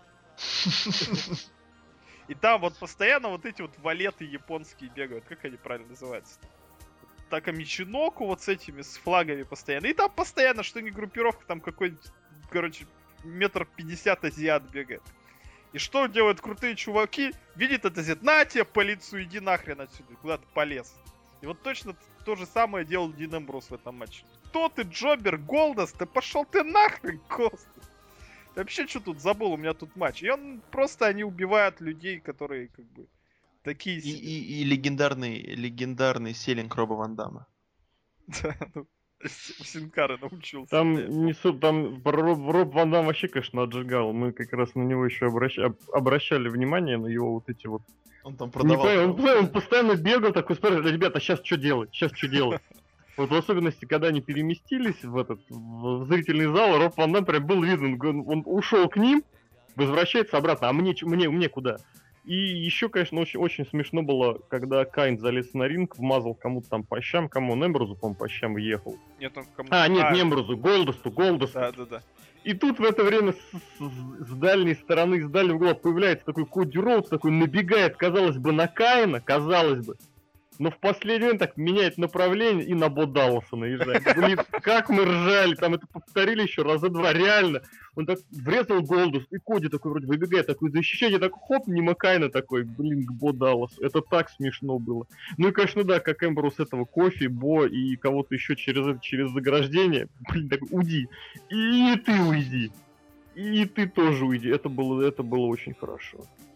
И там вот постоянно вот эти вот валеты японские бегают, как они правильно называются? Така Мичиноку вот с этими, с флагами постоянно. И там постоянно, что не группировка, там какой-нибудь, короче, метр пятьдесят азиат бегает. И что делают крутые чуваки? Видит это азиат, на тебе полицию, иди нахрен отсюда, куда ты полез. И вот точно то же самое делал Дин Эмбрус в этом матче. Кто ты, Джобер, Голдос? Ты пошел ты нахрен, Кост. Ты вообще что тут забыл? У меня тут матч. И он просто, они убивают людей, которые как бы такие И, себе. и, и легендарный, легендарный селлинг Роба Ван Дамма. Да, ну, у Синкара научился. Там блядь. несу, там Роб, Роб Ван Дам вообще, конечно, отжигал. Мы как раз на него еще обращ- об- обращали внимание, на его вот эти вот... Он там Не продавал. понимаю, он, он постоянно бегал, такой, спрашивает, ребята, сейчас что делать? Сейчас что делать? Вот в особенности, когда они переместились в этот в зрительный зал, Роб Ван Дам прям был виден, он, он ушел к ним, возвращается обратно, а мне, ч- мне, мне куда? И еще, конечно, очень, очень смешно было, когда Кайн залез на ринг, вмазал кому-то там по щам, кому он Эмброзу, по-моему, по щам ехал. Нет, он кому... А, нет, не Эмброзу, Голдосту, Голдосту. Да, да, да. И тут в это время с, с- с дальней стороны, с дальнего угла появляется такой Коди Роудс, такой набегает, казалось бы, на Каина, казалось бы. Но в последний момент так меняет направление и на Бо Далласа наезжает. Блин, как мы ржали, там это повторили еще раза два, реально. Он так врезал Голдус, и Коди такой вроде выбегает, такой защищать, и такой хоп, мимо Кайна такой, блин, к Бо Далласу. Это так смешно было. Ну и, конечно, да, как Эмбрус этого Кофи, Бо и кого-то еще через это, через заграждение, блин, такой, уйди. И ты уйди. И ты тоже уйди. Это было, это было очень хорошо.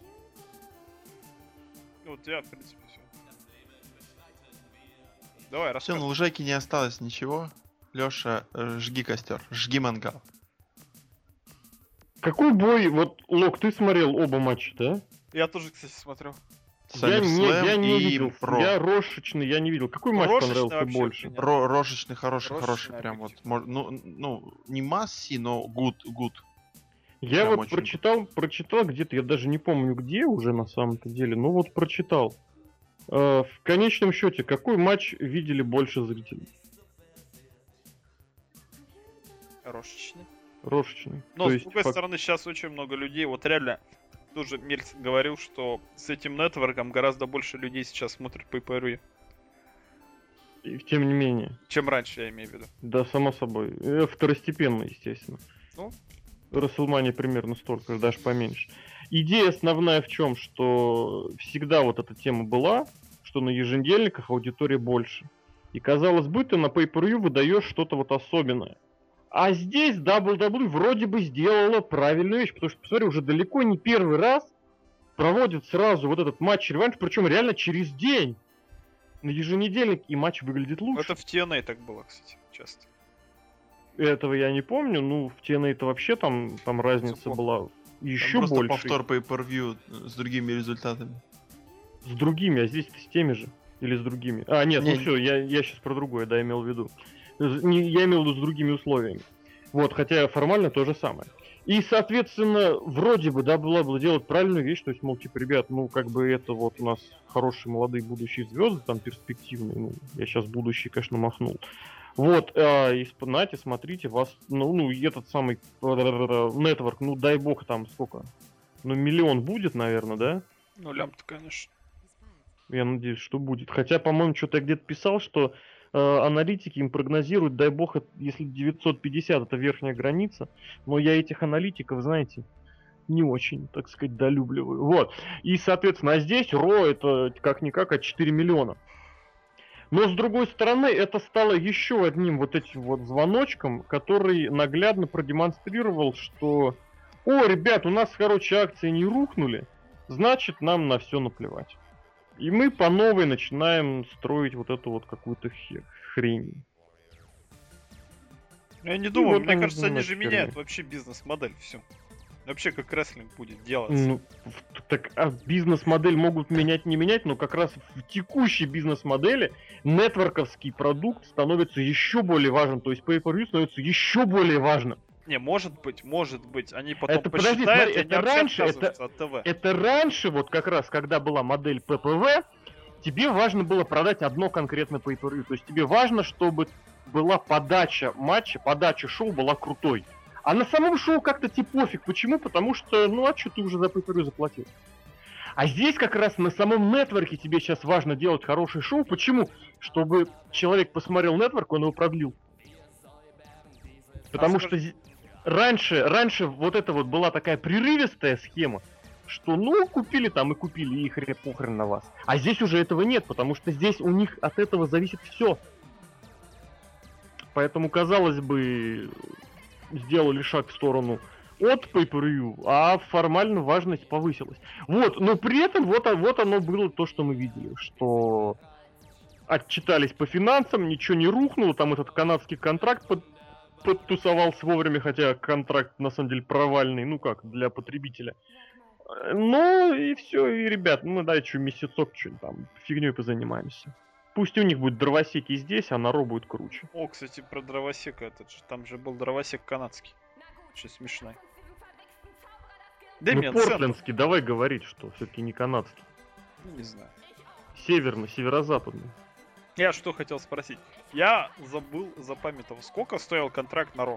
Ну, у тебя, в принципе, все. Давай, Все, рассказывай. на лужайке не осталось ничего. Леша, э, жги костер, жги мангал. Какой бой, вот, Лок, ты смотрел оба матча, да? Я тоже, кстати, смотрю. Я не, SummerSlam я не и видел, Ро. я рошечный, я не видел. Какой матч Рошечный понравился вообще больше? хуйня. Ро- Рошечный, хороший, Рошечный хороший, прям вот. объектив. мож- Ну, ну, не масси, но good, good. Я Прям вот очень прочитал, прочитал где-то, я даже не помню где уже на самом-то деле, но вот прочитал. Э, в конечном счете, какой матч видели больше зрителей? Рошечный. Рошечный. Но, То с есть, другой фак- стороны, сейчас очень много людей, вот реально, тоже Мельц говорил, что с этим нетворком гораздо больше людей сейчас смотрят по per и тем не менее. чем раньше, я имею в виду. Да, само собой. Э, второстепенно, естественно. Ну? Расселмания примерно столько же, даже поменьше. Идея основная в чем, что всегда вот эта тема была, что на еженедельниках аудитория больше. И казалось бы, ты на pay-per-view выдаешь что-то вот особенное. А здесь дабл ю дабл ю и вроде бы сделала правильную вещь, потому что, посмотри, уже далеко не первый раз проводят сразу вот этот матч-реванш, причем реально через день. На еженедельник, и матч выглядит лучше. Это в ти эн эй так было, кстати, часто. Этого я не помню, ну в ти эн эй-то вообще там, там разница Запомнил. была Там еще просто больше. повтор pay-per-view с другими результатами. С другими, а здесь с теми же. Или с другими. А, нет, Не, ну все, я, я сейчас про другое, да, имел в виду. Не, я имел в виду с другими условиями. Вот, хотя формально то же самое. И, соответственно, вроде бы, да, было бы делать правильную вещь, то есть, мол, типа, ребят, ну, как бы это вот у нас хорошие молодые будущие звезды, там, перспективные, ну, я сейчас будущий, конечно, махнул. Вот, а, и нате, смотрите, вас, ну, ну, и этот самый нетворк, ну, дай бог, там, сколько? Ну, миллион будет, наверное, да? Ну, лям-то, конечно. Я надеюсь, что будет. Хотя, по-моему, что-то я где-то писал, что э, аналитики им прогнозируют, дай бог, это- если девятьсот пятьдесят это верхняя граница. Но я этих аналитиков, знаете, не очень, так сказать, долюбливаю. Вот. И, соответственно, а здесь Ро это как-никак от четыре миллиона. Но, с другой стороны, это стало еще одним вот этим вот звоночком, который наглядно продемонстрировал, что «О, ребят, у нас, короче, акции не рухнули, значит, нам на все наплевать». И мы по новой начинаем строить вот эту вот какую-то хе- хрень. Я не думаю, вот мне они кажется, они занимаются же херней. меняют вообще бизнес-модель, все. Вообще, как рестлинг будет делаться. Ну, в- так а бизнес-модель могут менять, не менять, но как раз в текущей бизнес-модели нетворковский продукт становится еще более важным, то есть pay-per-view становится еще более важным. Не, может быть, может быть. Они потом Это, подожди, посчитают, смотри, и они это вообще раньше, это- отказываются от ТВ. Это раньше, вот как раз, когда была модель пэ пэ вэ, тебе важно было продать одно конкретное pay-per-view. То есть тебе важно, чтобы была подача матча, подача шоу была крутой. А на самом шоу как-то тебе пофиг. Почему? Потому что, ну а что ты уже за pay-per-view заплатил? А здесь как раз на самом нетворке тебе сейчас важно делать хорошее шоу. Почему? Чтобы человек посмотрел нетворк, он его продлил. Потому А что... скажи- зи- раньше, раньше вот это вот была такая прерывистая схема, что ну купили там и купили, и хрен похрен на вас. А здесь уже этого нет, потому что здесь у них от этого зависит все. Поэтому, казалось бы, сделали шаг в сторону от pay-per-view, а формально важность повысилась. Вот, но при этом вот, вот оно было то, что мы видели, что отчитались по финансам, ничего не рухнуло, там этот канадский контракт под, подтусовался вовремя, хотя контракт на самом деле провальный, ну как, для потребителя. Ну и все, и ребят, мы дай что месяцок что там фигней позанимаемся. Пусть у них будет дровосек и здесь, а на Ро будет круче. О, кстати, про дровосека этот же. Там же был дровосек канадский. Очень смешной. Ну, портлендский, давай говорить, что все-таки не канадский. Не знаю. Северный, северо-западный. Я что хотел спросить. Я забыл, запамятовал, сколько стоил контракт на Ро?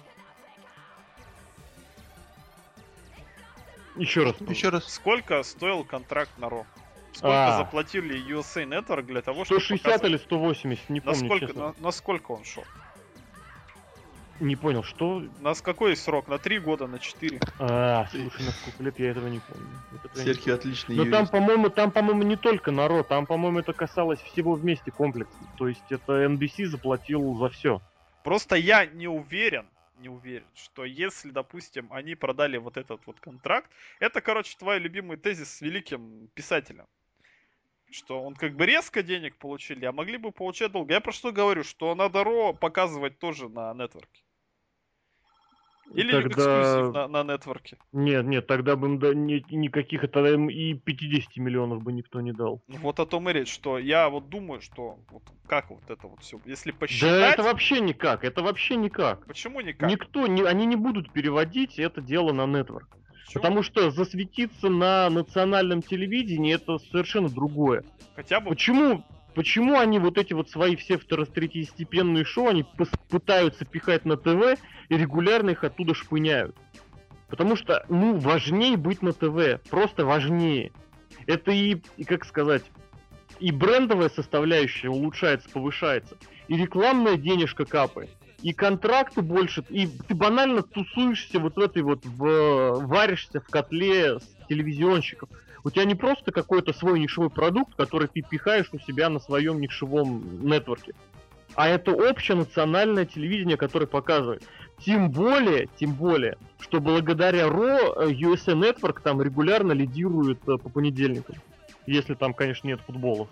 Еще раз. Еще раз. Сколько стоил контракт на Ро? Сколько А. заплатили ю эс эй Network для того, чтобы сто шестьдесят показать? или сто восемьдесят, не помню, Насколько, честно. на, насколько он шел? Не понял, что? На с какой срок? На три года, на четыре? А, слушай, на сколько лет я этого не помню. Вот это я не Серхио отличный Но юрист. там, по-моему, там, по-моему, не только на Ро, там, по-моему, это касалось всего вместе комплексно. То есть это эн би си заплатил за все. Просто я не уверен, не уверен, что если, допустим, они продали вот этот вот контракт, это, короче, твой любимый тезис с великим писателем. Что он как бы резко денег получили, а могли бы получать долго. Я про что говорю, что надо Ро показывать тоже на нетворке. Или Тогда- эксклюзив на, на нетворке. Нет, нет, тогда бы им да, ни- никаких, тогда им и пятьдесят миллионов бы никто не дал. Ну, вот о том и речь, что я вот думаю, что вот как вот это вот все, если Да посчитать, это вообще никак, это вообще никак. почему никак? Никто, не, они не будут переводить это дело на нетворк. Почему? Потому что засветиться на национальном телевидении это совершенно другое. Хотя бы Почему, почему они вот эти вот свои все второстепенные шоу, они пос- пытаются пихать на ТВ и регулярно их оттуда шпыняют? Потому что, ну, важнее быть на ТВ, просто важнее. Это и, и как сказать, и брендовая составляющая улучшается, повышается, и рекламная денежка капает, и контракты больше, и ты банально тусуешься вот в этой вот, в, варишься в котле с телевизионщиков. У тебя не просто какой-то свой нишевой продукт, который ты пихаешь у себя на своем нишевом нетворке, а это общенациональное телевидение, которое показывает. Тем более, тем более, что благодаря Ро ю эс эй Network там регулярно лидирует э, по понедельникам. Если там, конечно, нет футболов.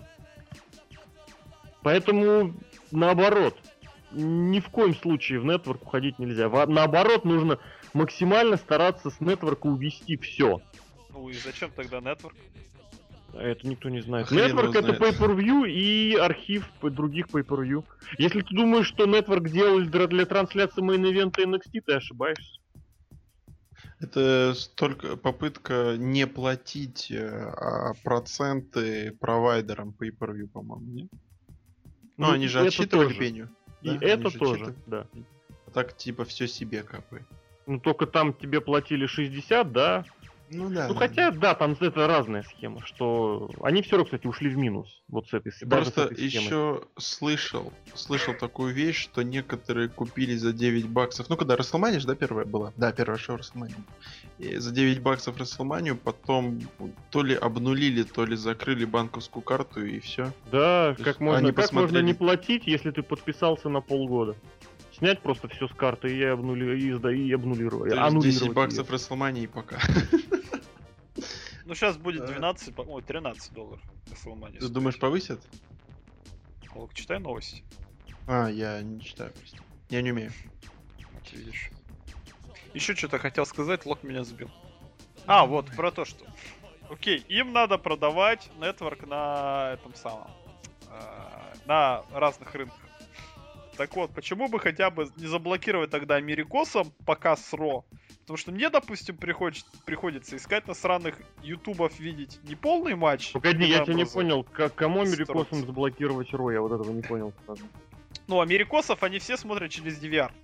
Поэтому, наоборот, ни в коем случае в Network уходить нельзя. Во- наоборот, нужно максимально стараться с Network увести все. ну и зачем тогда нетворк? А это никто не знает. Хрен его Network это знает. pay-per-view и архив п- других pay-per-view. Если ты думаешь, что Network делали для, для трансляции мейн-ивента эн экс ти, ты ошибаешься. Это только попытка не платить э, а проценты провайдерам pay-per-view, по-моему, нет? Ну, они же это отсчитывали тоже. пеню. И да? Они это же тоже, отсчитывали. да. А так, типа, все себе капает. Ну только там тебе платили шестьдесят, да? Ну да. Ну да, хотя, да, там это разная схема, что они все равно, кстати, ушли в минус. Вот с этой, Я даже с просто этой схемой. еще слышал, слышал такую вещь, что некоторые купили за девять баксов. Ну, когда WrestleMania же, да, первая была? Да, первое шоу WrestleMania. И за девять баксов WrestleMania потом то ли обнулили, то ли закрыли банковскую карту и все. Да, То как есть можно, они как можно посмотрели- не платить, если ты подписался на полгода? Снять просто все с карты и, обнули... и, сда- и обнулировать. аннулировать десять её. баксов WrestleMania и пока. Ну сейчас будет Да. двенадцать, по- ой, тринадцать долларов. WrestleMania Ты стоит. думаешь, повысят? Волк, читай новости. А, я не читаю, прости. Я не умею. Вот видишь. Еще что-то хотел сказать, Лок меня сбил. А, вот, про то, что... Окей, им надо продавать нетворк на этом самом... э, на разных рынках. Так вот, почему бы хотя бы не заблокировать тогда америкосам показ Ро? Потому что мне, допустим, приходит, приходится искать на сраных ютубов видеть не полный матч. Погоди, я куда тебя не просто- понял, как, кому америкосам Строится. заблокировать Ро, я вот этого не понял. Ну, америкосов они все смотрят через ди ви ар.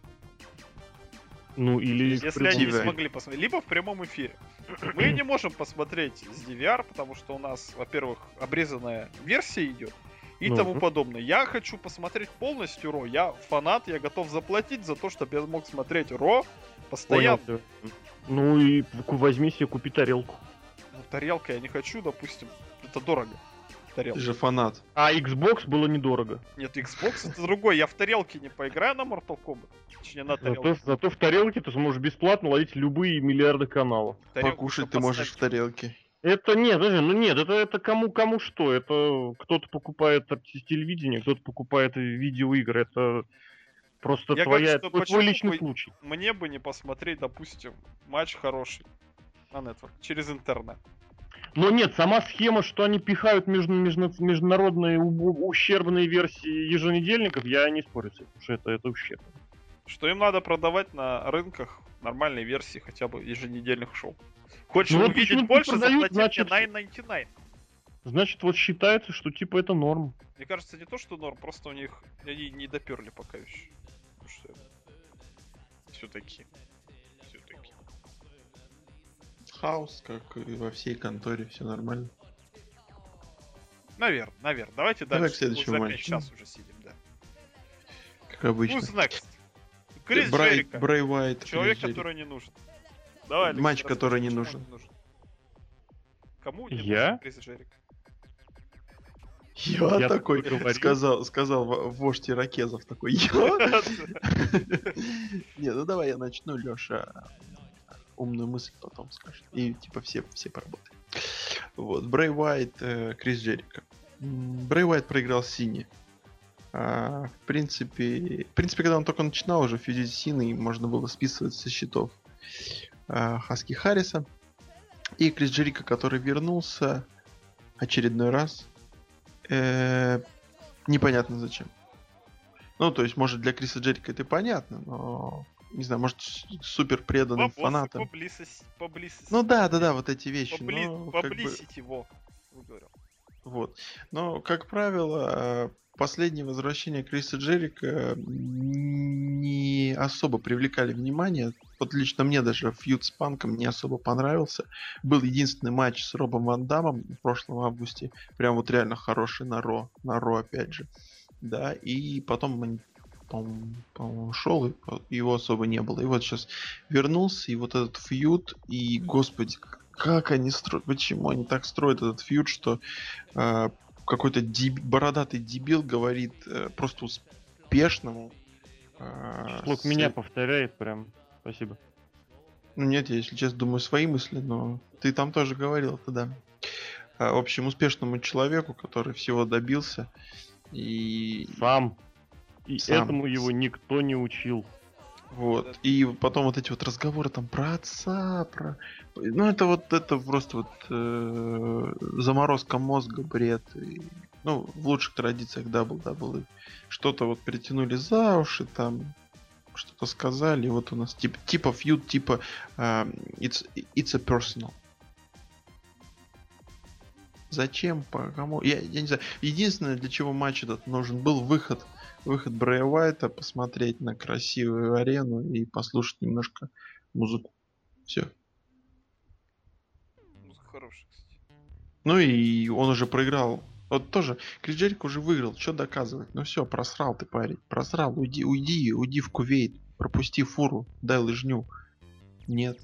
Ну или... Если в прямом- они не Да. смогли посмотреть, либо в прямом эфире. Мы не можем посмотреть с ди ви ар, потому что у нас, во-первых, обрезанная версия идет, и Ну, тому ну. подобное. Я хочу посмотреть полностью Ро. Я фанат, я готов заплатить за то, чтобы я мог смотреть Ро постоянно. Понял. тебя. Ну и ку- возьми себе, купи тарелку. Ну, тарелка я не хочу, допустим. Это дорого. Ты Тарелка. же фанат. А Xbox было недорого. Нет, Xbox это другой. Я в тарелке не поиграю на Mortal Kombat. Точнее, на тарелке. Зато, зато в тарелке ты сможешь бесплатно ловить любые миллиарды каналов. Тарелку Покушать еще ты можешь в поставить. тарелке. Это нет, подожди, ну нет, это, это кому кому что. Это кто-то покупает от телевидения, кто-то покупает видеоигры. Это просто Я твоя, говорю, что твой, твой почему личный бы случай. мне бы не посмотреть, допустим, матч хороший на Network через интернет. Но нет, сама схема, что они пихают между, между- международные у- ущербные версии еженедельников, я не спорю с этим, что это, это ущербно. Что им надо продавать на рынках нормальные версии хотя бы еженедельных шоу. Хочешь Ну вот увидеть почему-то больше, продают, заплати мне значит- девять девяносто девять. Значит, вот считается, что типа это норм. Мне кажется, не то, что норм, просто у них они не доперли пока еще. Потому что все-таки. Все-таки. Хаос, как и во всей конторе, все нормально. Наверное, наверное. Давайте Давай дальше. к следующему За матчу. пять час уже сидим, да. Как обычно. Who's next? Крис Брай, Джерико. Брэй Уайт. Человек, Крис Джерико. который не нужен. Давай, Алексей, Матч, расскажи, который не почему нужен. он нужен. Кому не Я? нужен Крис Джерико? Я, Я такой такой говорил. сказал, сказал во- вождь иракезов такой. Я? Не, ну давай я начну, Лёша умную мысль потом скажет. И типа все, все поработаем. Вот, Брэй Уайт, э, Крис Джерико. М, Брэй Уайт проиграл Сине. А, в принципе, в принципе, когда он только начинал уже фьюдить с Синой, можно было списывать со счетов а, Хаски Харриса. И Крис Джерико, который вернулся очередной раз. Э, непонятно зачем. Ну, то есть, может, для Криса Джерико это понятно, но не знаю, может, с- супер преданным Бабосы, фанатам. Поблизости, поблизости. Ну да, да, да, вот эти вещи. Побли... но как бы- Поблизости его. Выговорил. вот. Но, как правило, э, последние возвращения Криса Джерико э, не особо привлекали внимание. Вот лично мне даже фьюд с Панком не особо понравился. Был единственный матч с Робом Ван Дамом в прошлом августе. Прям вот реально хороший на Ро. На Ро, опять же. Да, и потом, он, по-моему, по-моему, ушел, и по- его особо не было. И вот сейчас вернулся, и вот этот фьюд, и, господи, как они строят, почему они так строят этот фьюд, что э, какой-то деб- бородатый дебил говорит э, просто успешному. э, Слуг с- меня повторяет прям. Спасибо. Ну нет, я, если честно, думаю свои мысли, но ты там тоже говорил тогда. В общем, успешному человеку, который всего добился. И Сам. И Сам. этому его никто не учил. вот. И потом вот эти вот разговоры там про отца, про. Ну, это вот это просто вот э, заморозка мозга, бред. И, ну, в лучших традициях дабл дабл и. Что-то вот притянули за уши, там что-то сказали. И вот у нас тип, типа фьюд, типа э, it's, it's a personal. Зачем? По кому? Я, я не знаю. Единственное, для чего матч этот нужен был выход. Выход Брэя Уайта, посмотреть на красивую арену и послушать немножко музыку. Все. Музыка хорошая, кстати. Ну и он уже проиграл. Вот тоже, Крис Джерико уже выиграл, что доказывать? Ну все, просрал ты, парень. Просрал, уйди, уйди, уйди в Кувейт. Пропусти фуру, дай лыжню. Нет.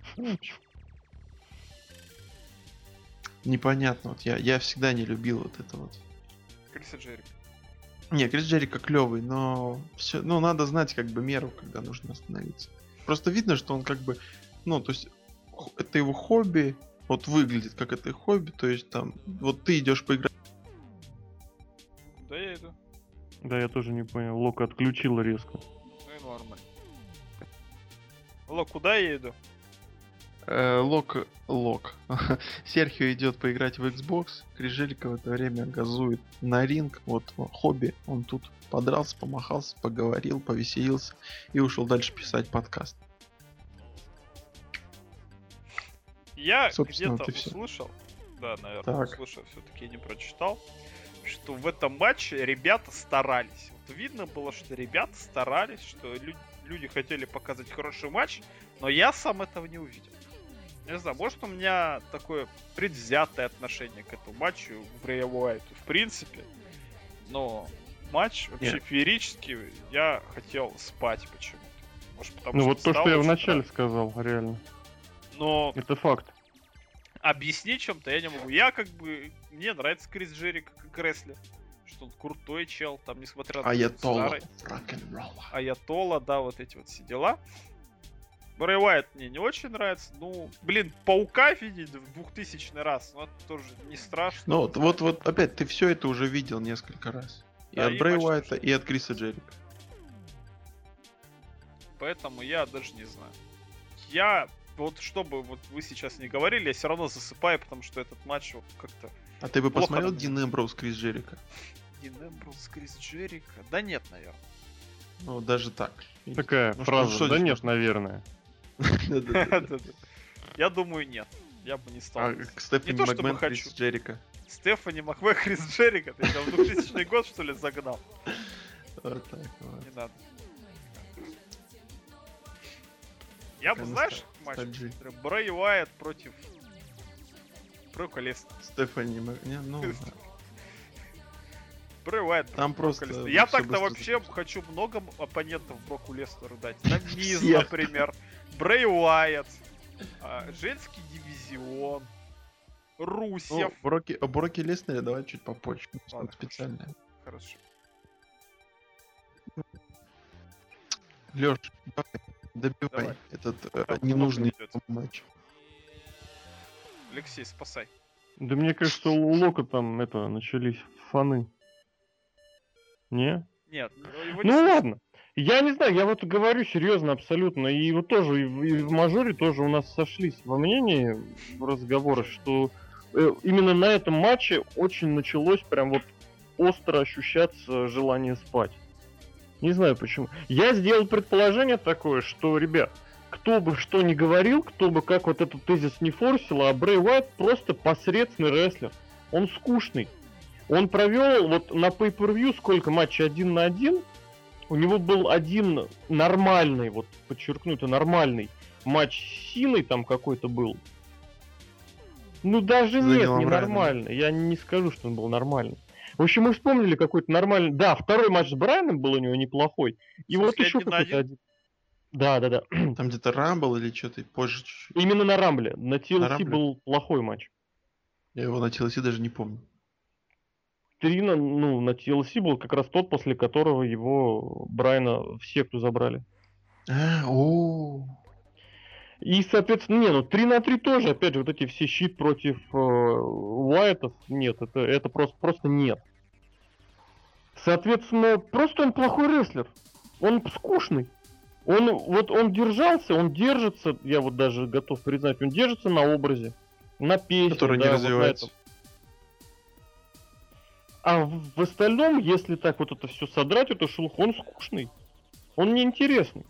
Непонятно. Вот я, я всегда не любил вот это вот. Криса Джерико. Не, Крис Джерико клевый, но все, ну надо знать как бы меру, когда нужно остановиться. Просто видно, что он как бы, ну то есть х- это его хобби, вот выглядит как это хобби, то есть там, вот ты идешь поиграть. Да я иду. Да, я тоже не понял. Лока отключила резко. Ну и нормально. Лок, куда я иду? Э, лок, лок. Серхио идет поиграть в Xbox, Крис Джерико в это время газует на ринг, вот ну, хобби, он тут подрался, помахался, поговорил, повеселился и ушел дальше писать подкаст. Я Собственно, где-то вот и всё. услышал, да, наверное, Так. услышал, все-таки не прочитал, что в этом матче ребята старались. Вот видно было, что ребята старались, что лю- люди хотели показать хороший матч, но я сам этого не увидел. Не знаю, может у меня такое предвзятое отношение к этому матчу, к Брэю Уайту. В принципе, Но матч вообще Нет. феерический. Я хотел спать почему-то. Может, потому Ну что вот то, встал что я очень вначале рано. сказал, реально. Но Это факт. объяснить чем-то я не могу. Я как бы... Мне нравится Крис Джерика как рестлер. Что он крутой чел, там, несмотря на... Аятолла старый- рок-н-ролла. Аятолла, да, вот эти вот все дела. Брэй Уайт мне не очень нравится. Ну, блин, Паука видеть в двухтысячный раз, ну, это тоже не страшно. Ну вот, вот, вот опять, ты все это уже видел несколько раз. И Да, от и Брэй матч Уайта, тоже. и от Криса Джерика. Поэтому я даже не знаю. Я, вот чтобы вот вы сейчас не говорили, я все равно засыпаю, потому что этот матч вот как-то... А ты бы Плохо посмотрел на меня. Дин Эмброуз Крис Джерика? Дин Эмброуз, Крис Джерика? Да нет, наверное. Ну, даже так. Такая Ну, что- фраза, что да здесь нет, наверное. Да-да-да. Да-да. Я думаю, нет. Я бы не стал. А к Стефани Не то, чтобы Макмен, хочу. Крис Джерика. Стефани Маквей, Крис Джерика, ты тебя в двухтысячный год, что ли, загнал? Вот так вот. Не надо. Я бы, Такая знаешь, носталь- матч ностальжия. посмотрел? Брэй Уайт против Брока Леснера. Стефани Мак... не, ну, Брэй Уайт Там против просто Брока Леснера. Я всё так-то быстро вообще закончится. хочу много оппонентов Броку Леснеру дать. На Миз, Всех. например. Брэй Уайт. а, Женский дивизион. ну, Русев. Броки, о Броке Леснере давай чуть попозже. Ладно, Что-то специальное. Хорошо. Лёш, давай, добивай Давай. этот э, Там ненужный кнопка идёт. матч. Алексей, спасай. Да мне кажется, у Лока там это начались фаны. Не? Нет, его не Ну слышно. ладно. Я не знаю, я вот говорю серьезно абсолютно. И вот тоже, и в, и в мажоре тоже у нас сошлись во мнении в разговорах, что э, именно на этом матче очень началось прям вот остро ощущаться желание спать. Не знаю почему. Я сделал предположение такое, что, ребят, кто бы что ни говорил, кто бы как вот этот тезис не форсил, а Брэй Уайт просто посредственный рестлер. Он скучный. Он провел вот на pay-per-view сколько матчей один на один. У него был один нормальный, вот подчеркну, это нормальный матч с Синой там какой-то был. Ну даже За нет, Нилом не Райаном. нормальный. Я не скажу, что он был нормальный. В общем, мы вспомнили какой-то нормальный... Да, второй матч с Брайаном был у него неплохой. И В вот смысле, еще один на какой-то один? один. Да, да, да. Там где-то Рамбл или что-то позже чуть-чуть. Именно на Рамбле. На ти эл си Рамбле? был плохой матч. Я его на ти эл си даже не помню. Три на, ну, на ти эл си был как раз тот, после которого его Брайана в секту забрали. А, о, И, соответственно, не, ну три на три тоже, опять же, вот эти все щит против э, Уайтов, нет, это, это просто, просто нет. Соответственно, просто он плохой рестлер. Он скучный. Он, вот он держался, он держится, я вот даже готов признать, он держится на образе, на песне. который не да, вот на развивается. этом. А в, в остальном, если так вот это все содрать, эту шелуху, он скучный. Он неинтересный.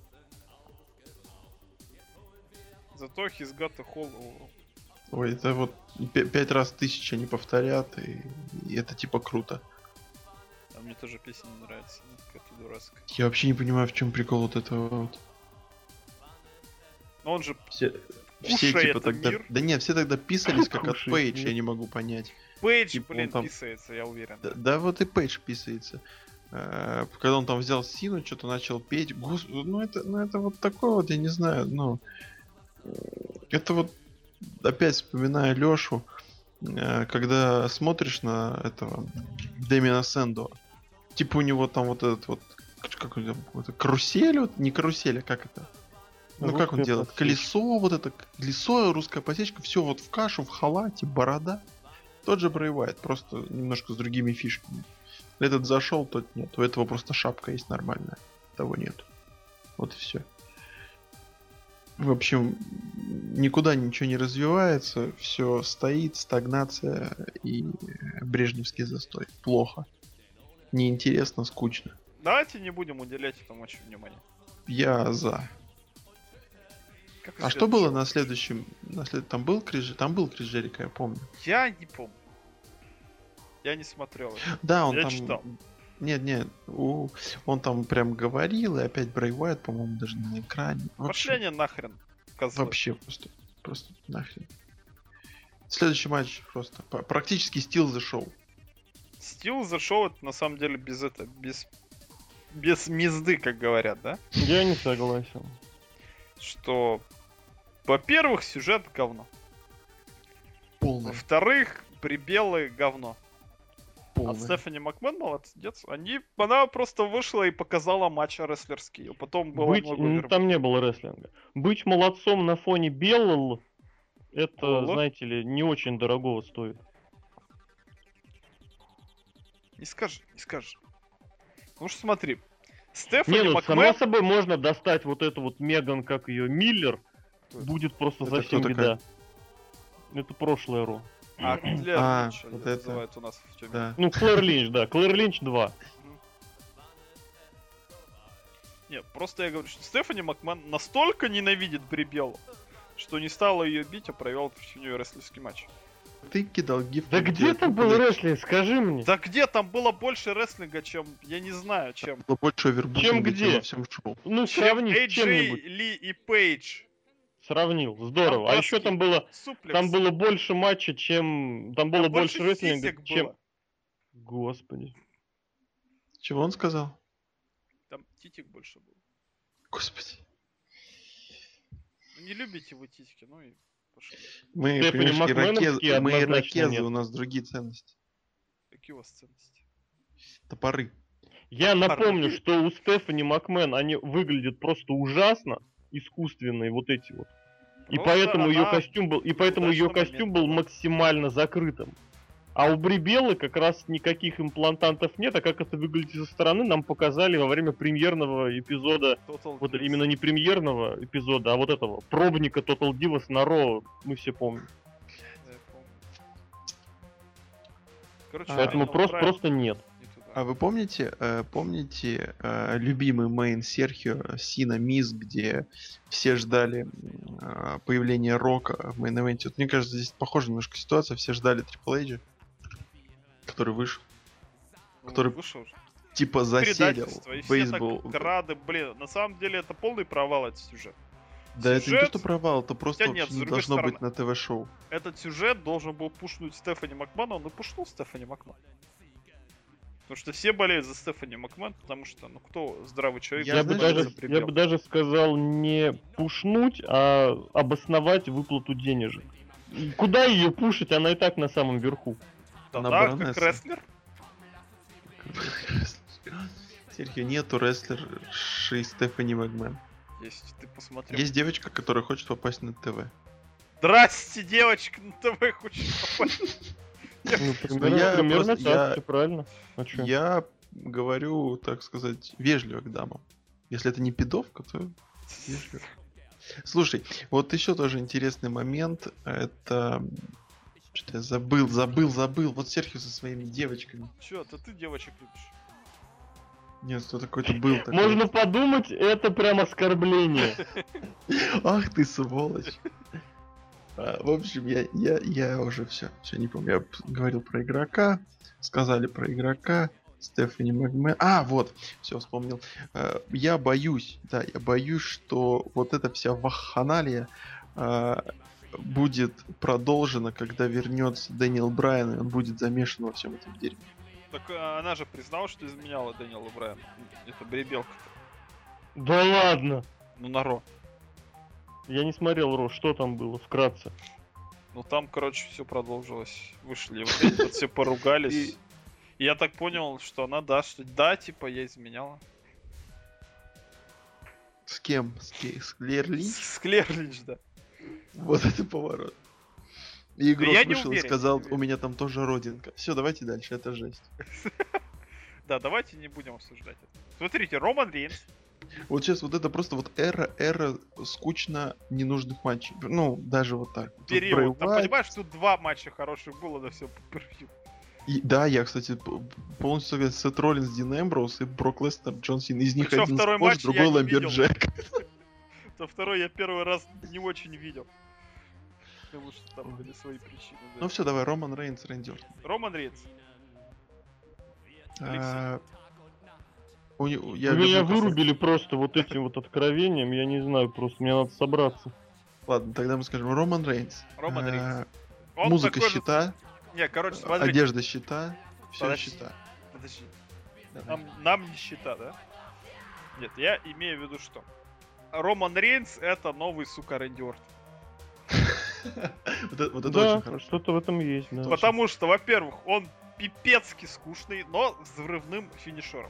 Зато he's got a whole overall. Ой, это вот п- пять раз тысяча не повторят, и, и это типа круто. А мне тоже песня не нравится, она какая-то дурацкая. Я вообще не понимаю, в чем прикол вот этого вот. Но он же Все, все Кушает типа тогда... мир. Да нет, все тогда писались как от Кушает Пейдж, мир. я не могу понять. Пейдж, Типа он блин, там- писается, я уверен. Да, да вот и Пейдж писается. Э, Когда он там взял Сину, что-то начал петь. Гос... Ну это, ну это вот такое вот, я не знаю, ну... э, Это вот, опять вспоминаю Лёшу, э, когда смотришь на этого Дэмиана Сэндо, типа у него там вот этот вот, как он там, это карусель, вот, не карусель, а как это? Ну как он Русская делает? подсечка. Колесо, вот это колесо, русская посечка, все вот в кашу, в халате, борода. Тот же Брэй Уайт, просто немножко с другими фишками. Этот зашел, тот нет. У этого просто шапка есть нормальная. Того нет. Вот и все. В общем, никуда ничего не развивается, все стоит, стагнация и брежневский застой. Плохо. Неинтересно, скучно. Давайте не будем уделять этому матчу внимания. Я за. Как и А что было следующего. на следующем? На след... Там был Крис... Там был Крис Джерика, я помню. Я не помню. Я не смотрел это. Да, он Я там... читал. Нет, нет, у- он там прям говорил, и опять Брэй Уайт, по-моему, даже на экране. Пошли Вообще, они нахрен, козлы. вообще просто, просто нахрен. Следующий матч просто па- практически steal the show. Стил зашел, это на самом деле без это, без, без мезды, как говорят, да? Я не согласен. Что, во-первых, сюжет говно. Полное. Во-вторых, прибелы говно. А Полное. Стефани Макмен молодец. Они, она просто вышла и показала матч рестлерский. А потом было Быть, много ну, вербов. там не было рестлинга. Быть молодцом на фоне Белл, это, Лоло? знаете ли, не очень дорогого стоит. Не скажи, не скажи. Ну что смотри. Стефани Не, ну, Макмен... само собой можно достать вот эту вот Меган, как ее, Миллер, Кто это? будет просто Это совсем кто беда. Это прошлое Ро. А, Клэр А, Линч вот её это. называют у нас в тюрьме. Да. Ну, Клэр Линч, да, Клэр Линч два. Нет, просто я говорю, что Стефани Макмен настолько ненавидит Брибеллу, что не стала ее бить, а провел против нее рестлерский матч. Ты кидал гиф. Да где там был рестлинг, скажи мне? Да где там было больше рестлинга, чем, я не знаю, чем... Было больше овербукинга, Чем где? во всем шоу. Ну, Чем сравни с Эй Джей, чем-нибудь. Ли и Пейдж. Сравнил, здорово. А еще броски, там было, Суплекс. там было больше матча, чем... Там было Там больше рестлинга, сисек чем... было. Господи. Чего он сказал? Там титик больше был. Господи. Ну, не любите вы титики, ну и пошли. Мы, Стефани понимаешь, Макменовские ирокез... мы однозначно ирокезы, нет. у нас другие ценности. Какие у вас ценности? Топоры. Я напомню, Парни. что у Стефани Макмен они выглядят просто ужасно, искусственные вот эти вот. И Просто поэтому ее она костюм был, и поэтому ее удачный костюм момент был была. максимально закрытым. А у Брибеллы как раз никаких имплантантов нет, а как это выглядит со стороны, нам показали во время премьерного эпизода, Total вот Divas. именно не премьерного эпизода, а вот этого пробника Total Divas на Ро, мы все помним. Да, я помню. Короче, А, Поэтому Daniel просто, Bryan просто нет. не туда. А вы помните, э, помните э, любимый мейн Серхио Сина Миз, где все ждали э, появления Рока в мейн-эвенте? Вот мне кажется, здесь похожа немножко ситуация. Все ждали Трипл Эйджа, который вышел. Ну, который вышел уже. Типа заселил Предательство, и все бейсбол. так рады, блин. На самом деле это полный провал этот сюжет. Да это не то, сюжет- что провал, это просто Хотя нет, вообще с не другой должно быть стороны. на ТВ-шоу. Этот сюжет должен был пушнуть Стефани Макмен, он и пушнул Стефани Макмен. Потому что все болеют за Стефани Макмен, потому что, ну кто здравый человек... Я Я, знаешь, бы что даже, за я бы даже сказал не пушнуть, а обосновать выплату денежек. Куда ее пушить? Она и так на самом верху. Да, на да, как баронесса. рестлер. Серхио, нету рестлерши Стефани Макмен. Есть, ты посмотри. Есть девочка, которая хочет попасть на ТВ. Здрасте, девочка, на ТВ хочешь попасть. Ну, примерно, я примерно просто- так, я- всё правильно. А чё? Я говорю, так сказать, вежливо к дамам. Если это не пидовка, то вежливо. Слушай, вот еще тоже интересный момент. Это... Что-то я забыл, забыл, забыл. Вот Серхио со своими девочками. Чё, это ты девочек любишь? Нет, кто какой-то был такой. Можно подумать, это прям оскорбление. Ах ты сволочь. А, в общем, я, я, я уже все, все не помню. Я п- говорил про игрока, сказали про игрока, Стефани Макмен. А, вот, все вспомнил. А, я боюсь, да, я боюсь, что вот эта вся вахханалия а, будет продолжена, когда вернется Дэниел Брайан, и он будет замешан во всем этом дерьме. Так а, она же признала, что изменяла Дэниела Брайана. Это бребелка-то. Да ладно. Ну, на Ро. Я не смотрел Ро, что там было, вкратце. Ну там, короче, все продолжилось. Вышли вот эти вот все поругались. И я так понял, что она, да, что да, типа, я изменяла. С кем? С, ке- с Клэр Линч? С Клэр Линч, да. Вот это поворот. И игрок я не вышел и уверен, сказал, не уверен. у меня там тоже родинка. Все, давайте дальше, это жесть. Да, давайте не будем обсуждать это. Смотрите, Роман Рейнс. Вот сейчас вот это просто вот эра, эра скучно ненужных матчей. Ну, даже вот так. Тут Брэй Период. Там, Уайт, понимаешь, тут два матча хороших было на все превью. и- да, я, кстати, п- полностью согласен. Сет Роллинс, Дин Эмброуз и Брок Лестер, Джон Сина. Из них Причем один второй сквош, матч я другой не видел. Ламберджек. То второй я первый раз не очень видел. Потому что там были свои причины. да. Ну все, давай, Роман Рейнс, Рэнди Ортон. Роман Рейнс. А, у не- я Вы меня люблю вырубили просто вот этим вот откровением, я не знаю, просто мне надо собраться. касаться- Ладно, тогда мы скажем Роман Рейнс. Роман А, Рейнс. Он Музыка такой же- щита, Не, короче, смотрите. одежда щита, Все Подожди. счета. Подожди. Давай. Нам, нам не счета, да? Нет, я имею в виду, что Роман Рейнс это новый, сука, Рэнди Ортон. Вот это, вот это Да, очень хорошо. что-то в этом есть, да. Потому что, во-первых, он пипецки скучный, но с взрывным финишером.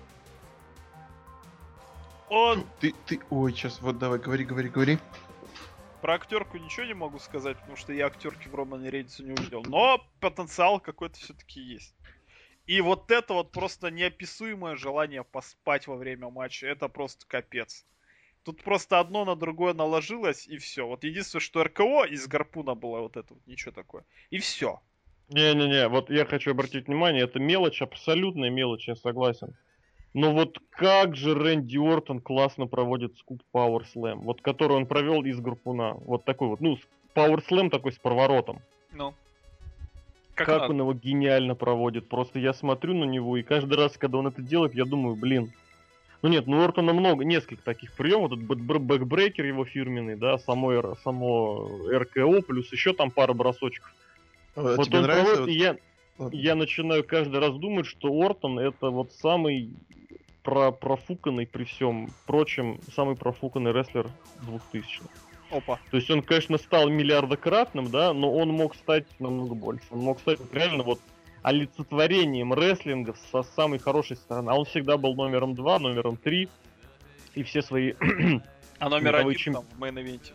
Он... Ты, ты, ой, сейчас, вот давай, говори, говори, говори. Про актерку ничего не могу сказать, потому что я актерки в Романе Рейнсе не увидел. Но потенциал какой-то все-таки есть. И вот это вот просто неописуемое желание поспать во время матча, это просто капец. Тут просто одно на другое наложилось, и все. Вот единственное, что РКО из гарпуна было вот это вот, ничего такое. И все. Не-не-не, вот я хочу обратить внимание, это мелочь, абсолютная мелочь, я согласен. Но вот как же Рэнди Ортон классно проводит скуп Power Slam, вот который он провел из гарпуна. Вот такой вот, ну, Power Slam такой с проворотом. Ну. Как, надо. он его гениально проводит. Просто я смотрю на него, и каждый раз, когда он это делает, я думаю, блин. Ну нет, ну у Ортона много, несколько таких приемов. Этот бэкбрейкер его фирменный, да, само, эр- само РКО, плюс еще там пара бросочков. А Вот тебе он нравится? проводит, вот- и я, Ладно. я начинаю каждый раз думать, что Ортон это вот самый про профуканный при всем прочем, самый профуканный рестлер двухтысячных. Опа. То есть он, конечно, стал миллиардократным, да, но он мог стать намного больше. Он мог стать вот реально вот олицетворением рестлинга со самой хорошей стороны. А он всегда был номером два, номером три. И все свои... А номер Мировой один чем- там в мейн-ивенте.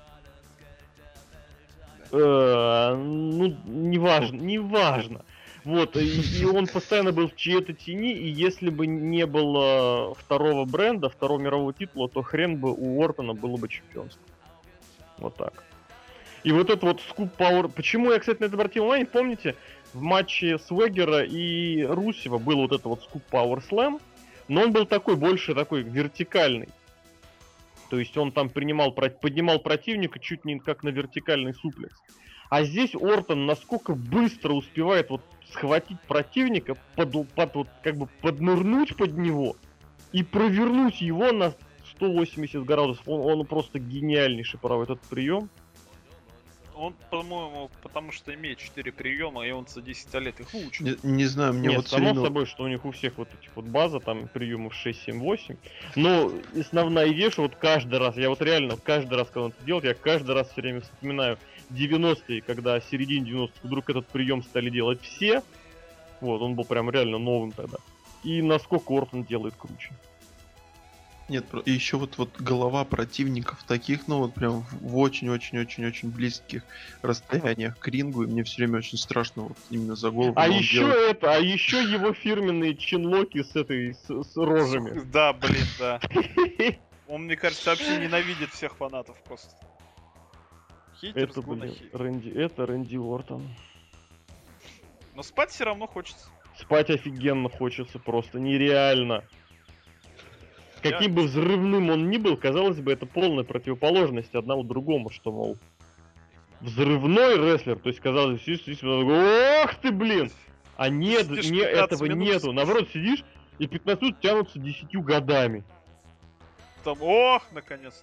э, ну, неважно, неважно. Вот, и, и он постоянно был в чьей-то тени, и если бы не было второго бренда, второго мирового титула, то хрен бы у Ортона было бы чемпионство. Вот так. И вот это вот скуп Power... Почему я, кстати, на это обратил внимание? Помните, в матче Свегера и Русева был вот это вот скуп Power Slam, но он был такой, больше такой вертикальный. То есть он там принимал, про- поднимал противника чуть не как на вертикальный суплекс. А здесь Ортон насколько быстро успевает вот схватить противника, под, под, вот, как бы поднырнуть под него и провернуть его на сто восемьдесят градусов. Он, он просто гениальнейший проводит этот прием. Он, по-моему, потому что имеет четыре приема, и он за десять лет их выучил. Не, не знаю, мне Нет, вот само всё время- собой, что у них у всех вот этих вот база, там приемов шесть, семь, восемь. Но основная идея, что вот каждый раз, я вот реально каждый раз, когда он это делает, я каждый раз все время вспоминаю девяностые, когда в середине девяностых вдруг этот прием стали делать все. Вот, он был прям реально новым тогда. И насколько Ортон делает круче. Нет, про- и еще вот, вот голова противников таких, ну вот прям в очень-очень-очень-очень близких расстояниях к рингу, и мне все время очень страшно вот именно за голову. А но он еще делает. это, а еще его фирменные чинлоки с этой, с, с рожами. Да, блин, да. Он, мне кажется, вообще ненавидит всех фанатов просто. Хейтер Это, с гона блин, хейт. Рэнди, это Рэнди Ортон. Но спать все равно хочется. Спать офигенно хочется просто, нереально. Я- Каким бы взрывным он ни был, казалось бы, это полная противоположность одному другому, что, мол, взрывной рестлер, то есть, казалось бы, сидишь, сидишь, такой, ох ты, блин! А нет, Сидишь не, пятнадцать этого минут, нету. слушаешь. Наоборот, сидишь, и пятнадцать минут тянутся десятью годами. Там, ох, наконец-то.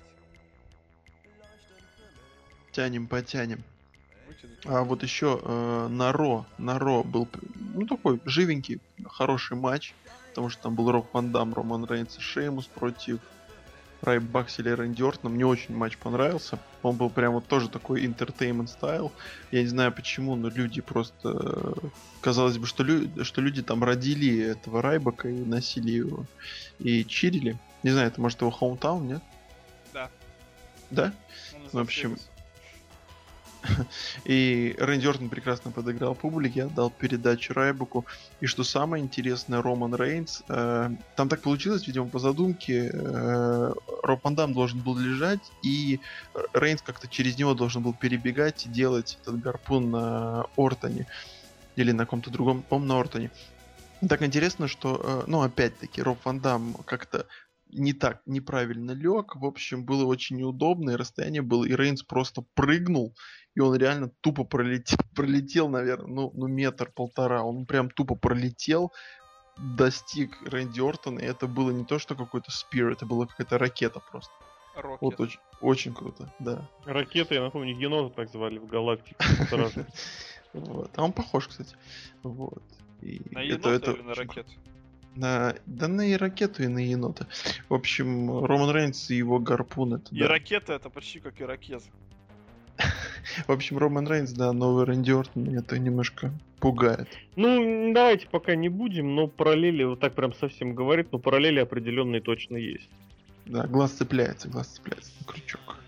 Тянем, потянем. Вытянуть. А вот еще э, на Ро, на Ро был, п- ну такой живенький, хороший матч, потому что там был Роб Ван Дам, Роман Рейнс и Шеймус против Рай Бакселя и Рэнди Ортона. Мне очень матч понравился. Он был прям вот тоже такой entertainment стайл. Я не знаю почему, но люди просто... э, Казалось бы, что, лю- что люди там родили этого Райбака и носили его. И чирили. Не знаю, это может его hometown, нет? Да. Да? Он из В общем, Лас-Вегаса. И Рэнди Ортон прекрасно подыграл публике, отдал передачу Райбуку. И что самое интересное, Роман Рейнс, э, там так получилось, видимо, по задумке, э, Роб Ван Дам должен был лежать, и Рейнс как-то через него должен был перебегать и делать этот гарпун на Ортоне. Или на ком-то другом, по-моему, на Ортоне. Так интересно, что, э, ну, опять-таки, Роб Ван Дам как-то не так, неправильно лег. В общем, было очень неудобно, и расстояние было, и Рейнс просто прыгнул, и он реально тупо пролетел, пролетел, наверное, ну, ну метр-полтора. Он прям тупо пролетел, достиг Рэнди Ортона, и это было не то, что какой-то спир, это была какая-то ракета просто. Рокет. Вот очень, очень круто, да. Ракеты, я напомню, енота так звали в галактике. Сразу. Вот. А он похож, кстати. Вот. И На это, енота это или на очень ракету? На... Да на и ракету, и на енота. В общем, Роман Рейнс и его гарпун это И да. ракета это почти как ирокезы. В общем, Роман Рейнс, да, новый Рэнди Ортон, меня это немножко пугает. Ну, давайте пока не будем, но параллели, вот так прям совсем говорит, но параллели определенные точно есть. Да, глаз цепляется, глаз цепляется на крючок.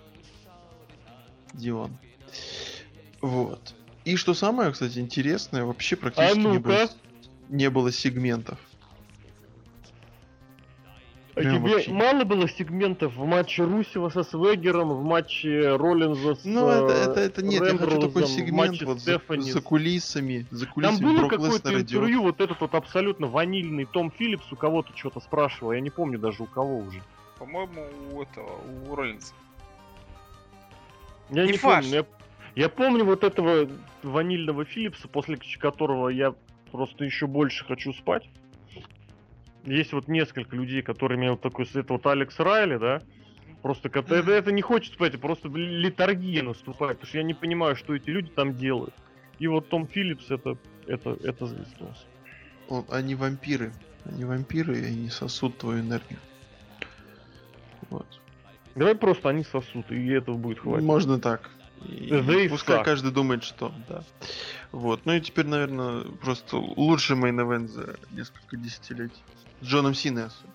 Дион. Вот. И что самое, кстати, интересное, вообще практически А не, было, ну-ка. не было сегментов. А Прям тебе вообще. мало было сегментов в матче Русева со Свегером, в матче Роллинза с Ну, это, это, это нет, я хочу такой Рэмброузом, в сегмент матче вот за, Стефани. за кулисами, за Там кулисами было Брок какое-то Леснер идет. интервью, вот этот вот абсолютно ванильный Том Филлипс у кого-то что-то спрашивал, я не помню даже у кого уже. По-моему, у этого, у Роллинза. Я Не не, фарш. помню. Я, я помню вот этого ванильного Филлипса, после которого я просто еще больше хочу спать. Есть вот несколько людей, которые имеют такой... Это вот Алекс Райли, да? Просто это, это не хочет спать, а просто литургия наступает, потому что я не понимаю, что эти люди там делают. И вот Том Филлипс это, это, это звездос. Он- Они вампиры. Они вампиры, и они сосут твою энергию. Вот. Давай просто они сосут, и этого будет хватит. Можно так. И They пускай suck. каждый думает, что да. Вот. Ну и теперь, наверное, просто лучший мейн-эвент за несколько десятилетий. С Джоном Синой особенно.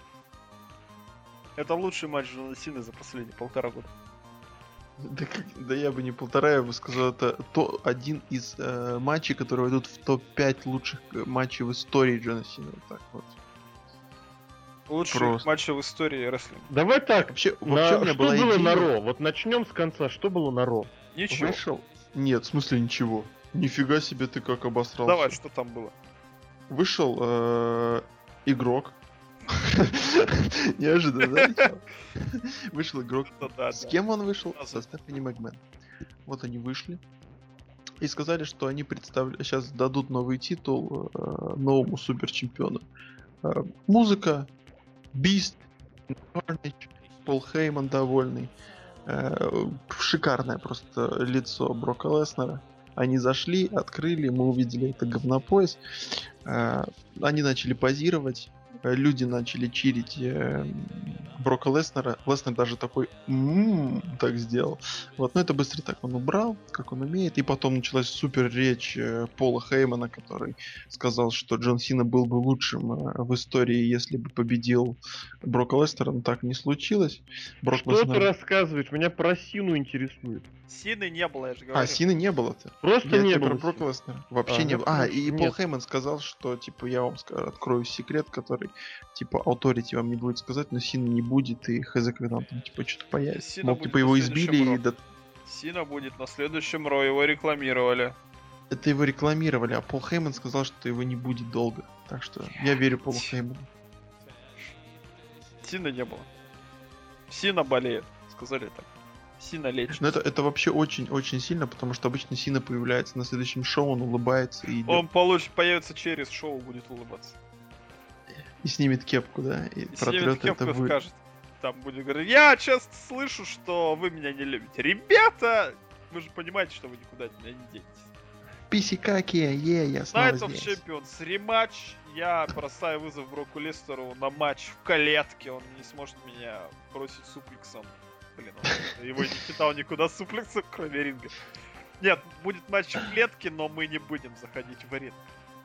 Это лучший матч Джона Сины за последние полтора года. Да, как- да я бы не полтора, я бы сказал, это то, один из э, матчей, которые идут в топ пять лучших э, матчей в истории Джона Сина. Вот так вот. Лучший Просто. матч в истории рестлинга. Давай так, Вообще, на- вообще у меня что была было идея... на Ро? Вот начнем с конца, что было на Ро? Ничего. Вышел? Нет, в смысле ничего. Нифига себе ты как обосрался. Давай, что там было? Вышел э, игрок. Неожиданно, да? начало? Вышел игрок. Да, да, С да. кем он вышел? Сразу. Со Стефани Макмен. Вот они вышли. И сказали, что они представляют, сейчас дадут новый титул э, новому суперчемпиону. Э, музыка, Бист, Carnage, Пол Хейман довольный. Э, шикарное просто лицо Брока Леснера. Они зашли, открыли, мы увидели это говнопояс. Э, они начали позировать. э, Люди начали чирить э, Брока Леснера. Леснер даже такой «М-м-м», так сделал. Вот, но это быстро так он убрал, как он умеет. И потом началась супер речь э, Пола Хеймана, который сказал, что Джон Сина был бы лучшим э, в истории, если бы победил Брока Леснера. Но так не случилось. Брок Что ты Леснер- рассказываешь? Меня про Сину интересует. Сины не было, я же говорю. А, Сины не было-то. Просто Я не тебе было. про Брока Сины. Леснера. Вообще А, не ну, было. А, хорошо. и Пол Нет. Хейман сказал, что, типа, я вам ска- открою секрет, который, типа, Authority вам не будет сказать, но Сина не будет, и хз, когда он там, типа, что-то появится. Сина Мол, будет типа, на его следующем избили, и Ро. да- Сина будет на следующем Ро, его рекламировали. это его рекламировали, а Пол Хейман сказал, что его не будет долго. Так что я верю Полу Хейману. Сина не было. Сина болеет, сказали так. Сина лечит. Но это, это вообще очень-очень сильно, потому что обычно Сина появляется на следующем шоу, он улыбается и идет. Он получит, появится через шоу, будет улыбаться. И снимет кепку, да, и, И протрет снимет кепку это и вы. скажет. Там будет говорить, я часто слышу, что вы меня не любите. Ребята, вы же понимаете, что вы никуда от меня не денетесь. Писикаки, е, я снова Night of здесь. Champions рематч. Я бросаю вызов Броку Лестеру на матч в клетке. Он не сможет меня бросить суплексом. Блин, он его не кидал никуда суплексом, кроме ринга. Нет, будет матч в клетке, но мы не будем заходить в ринг.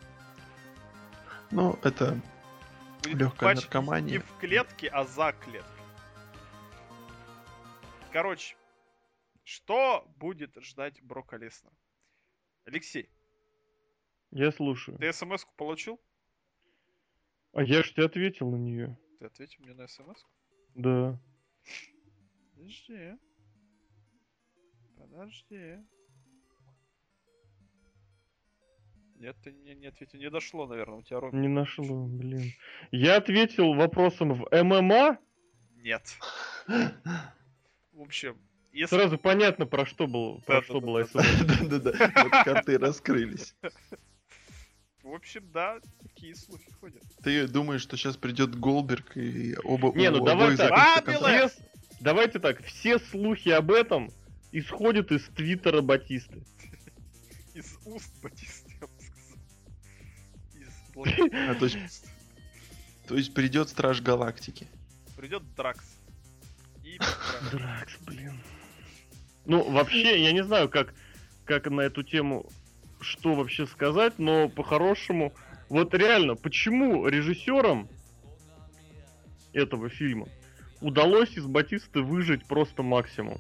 Ну, это Будет Лёгкая матч наркомания. не в клетке, а за клеткой. Короче, что будет ждать Брока Леснера? Алексей, Я слушаю. ты смс-ку получил? А я ж тебе ответил на нее. Ты ответил мне на смс-ку? Да. Подожди. Подожди. Нет, ты не, не ответил. Не дошло, наверное, у тебя Рома. Не нашло, блин. Я ответил вопросом в ММА. Нет. В общем, если... Сразу понятно, про что было, про Да-да-да-да. что было смс. Да-да-да, вот карты раскрылись. В общем, да, такие слухи ходят. Ты думаешь, что сейчас придет Голберг и оба Не, ну у давай обоих так. закончится Бабилов! контракт? Все с- Давайте так, все слухи об этом исходят из твиттера Батисты. Из уст Батисты, я бы сказал. А, то есть, то есть придет Страж Галактики. Придет Дракс. И Дракс, блин. Ну, вообще, я не знаю, как, как на эту тему, что вообще сказать, но по-хорошему, вот реально, почему режиссерам этого фильма удалось из Батисты выжить просто максимум,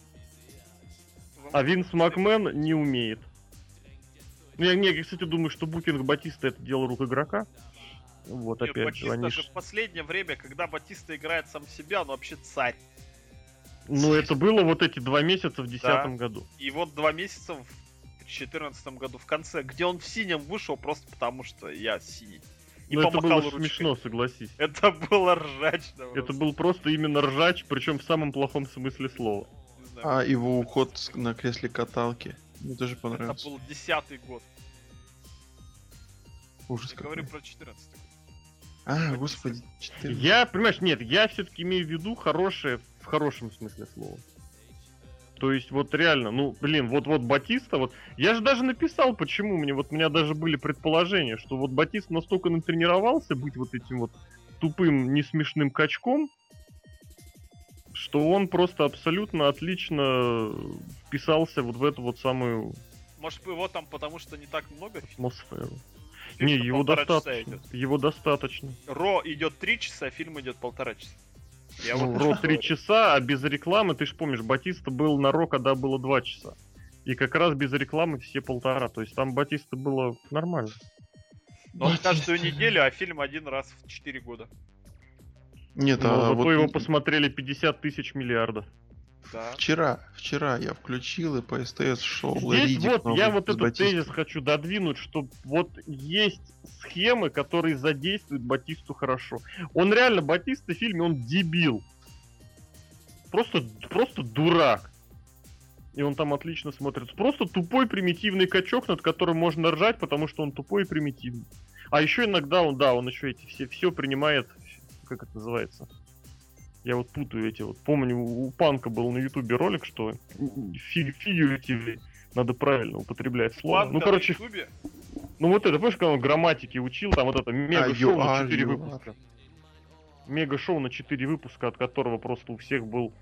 а Винс Макмен не умеет? Ну, я, я, кстати, думаю, что букинг Батиста — это дело рук игрока. Вот, Нет, опять Батиста же, они... же в последнее время, когда Батиста играет сам себя, он вообще царь. Ну, это было вот эти два месяца в десятом Да. году. И вот два месяца в четырнадцатом году в конце, где он в синем вышел просто потому, что я синий. И Ну, это помахал было ручкой. смешно, согласись. Это было ржачно. Это просто. был просто именно ржач, причем в самом плохом смысле слова. Не знаю. А его уход с- на кресле каталки. Мне тоже Это понравился. был десятый год. Ужас Я какой. говорю про четырнадцатый. А, господи, четырнадцать. Я, понимаешь, нет, я все-таки имею в виду хорошее в хорошем смысле слова. То есть вот реально, ну, блин, вот-вот Батиста, вот, я же даже написал, почему мне, вот у меня даже были предположения, что вот Батиста настолько натренировался быть вот этим вот тупым, несмешным качком, что он просто абсолютно отлично вписался вот в эту вот самую Может его там потому что не так много? атмосферу. Фильм Не, что его полтора часа достаточно. идет. Его достаточно. Ро идет три часа, фильм идет полтора часа. Я Ну, вот Ро что три говорю. часа, а без рекламы, ты ж помнишь, Батиста был на Ро, когда было два часа. И как раз без рекламы все полтора. То есть там Батиста было нормально. Но он каждую неделю, а фильм один раз в четыре года. Нет, Но а зато вот его н- посмотрели пятьдесят тысяч миллиардов. Да. вчера, вчера я включил и по СТС шел Здесь Риддик вот новый я вот с этот Батистой. тезис хочу додвинуть, что вот есть схемы, которые задействуют Батисту хорошо. Он реально, Батиста в фильме, он дебил. Просто, просто дурак. И он там отлично смотрится. Просто тупой примитивный качок, над которым можно ржать, потому что он тупой и примитивный. А еще иногда он, да, он еще эти все, все принимает, как это называется? Я вот путаю эти вот. Помню, у Панка был на Ютубе ролик, что фигюративно надо правильно употреблять слово. Панка Ну, на короче, Ютубе? ну вот это, помнишь, когда он грамматики учил, там вот это мега-шоу you на are, четыре you выпуска. Мега-шоу на четыре выпуска, от которого просто у всех был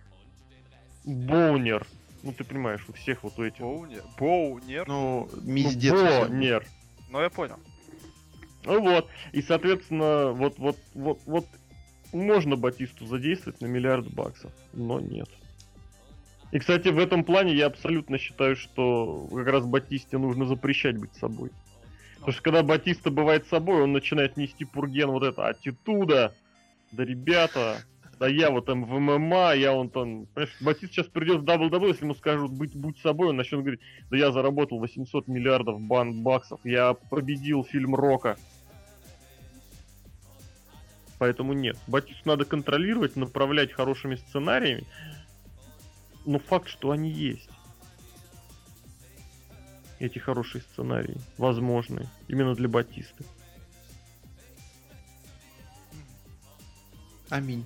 боунер. Ну, ты понимаешь, у всех вот у этих... Боунер. Боунер. Ну, Ну, миздец. у всех был. боунер. Ну я понял. Ну вот, и, соответственно, вот, вот, вот, вот можно Батисту задействовать на миллиард баксов, но нет. И, кстати, в этом плане я абсолютно считаю, что как раз Батисте нужно запрещать быть собой. Потому что когда Батиста бывает собой, он начинает нести пурген вот это аттитуда. Да, ребята, да я вот там в ММА, я вон там... Понимаешь, Батист сейчас придет в дабл ю дабл ю и, если ему скажут быть, будь собой, он начнет говорить, да я заработал восемьсот миллиардов бан баксов, я победил фильм Рока. Поэтому нет. Батисту надо контролировать, направлять хорошими сценариями. Но факт, что они есть. Эти хорошие сценарии. Возможны. Именно для Батисты. Аминь.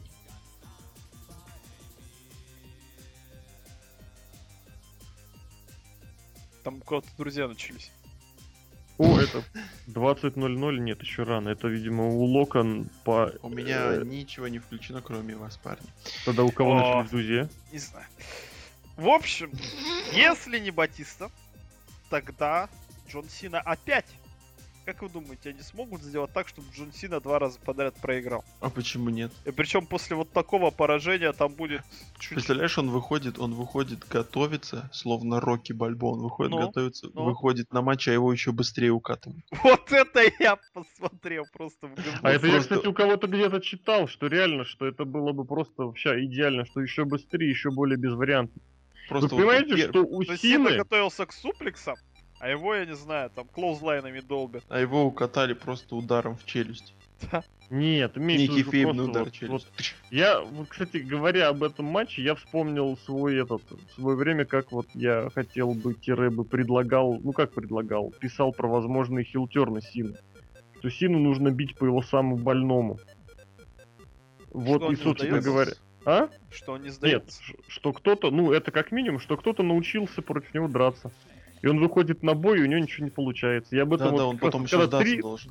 Там у кого-то друзья начались. О, это двадцать ноль ноль, нет, еще рано. Это, видимо, у Лока по... У меня э, ничего не включено, кроме вас, парни. Тогда у кого О. начались друзья? Не знаю. В общем, если не Батиста, тогда Джон Сина опять. Как вы думаете, они смогут сделать так, чтобы Джон Сина два раза подряд проиграл? А почему нет? И причем после вот такого поражения там будет чуть... Представляешь, он выходит, он выходит готовится, словно Рокки Бальбо, он выходит Ну, готовится, ну. выходит на матч, а его еще быстрее укатывают. Вот это я посмотрел просто в говно. А это я, просто- кстати, у кого-то где-то читал, что реально, что это было бы просто вообще идеально, что еще быстрее, еще более без вариантов. Просто Вы вот понимаете, пер- что у То есть Сина Сины... готовился к суплексам, а его, я не знаю, там клоузлайнами долбят. А его укатали просто ударом в челюсть. Нет, имеется в Некий виду феймный просто удар вот- в челюсть. вот Я, вот, кстати, говоря об этом матче, я вспомнил свой этот, свое время, как вот я хотел бы, тире бы предлагал, ну как предлагал, писал про возможные хилтерны Сины. Что Сину нужно бить по его самому больному. Вот, Что он и, не собственно сдается? говоря... А? Что он не Нет, сдается. ш- что кто-то, ну это как минимум, что кто-то научился против него драться. И он выходит на бой, и у него ничего не получается. Я об этом Да-да, вот он как раз потом вот еще когда сдаться три, должен.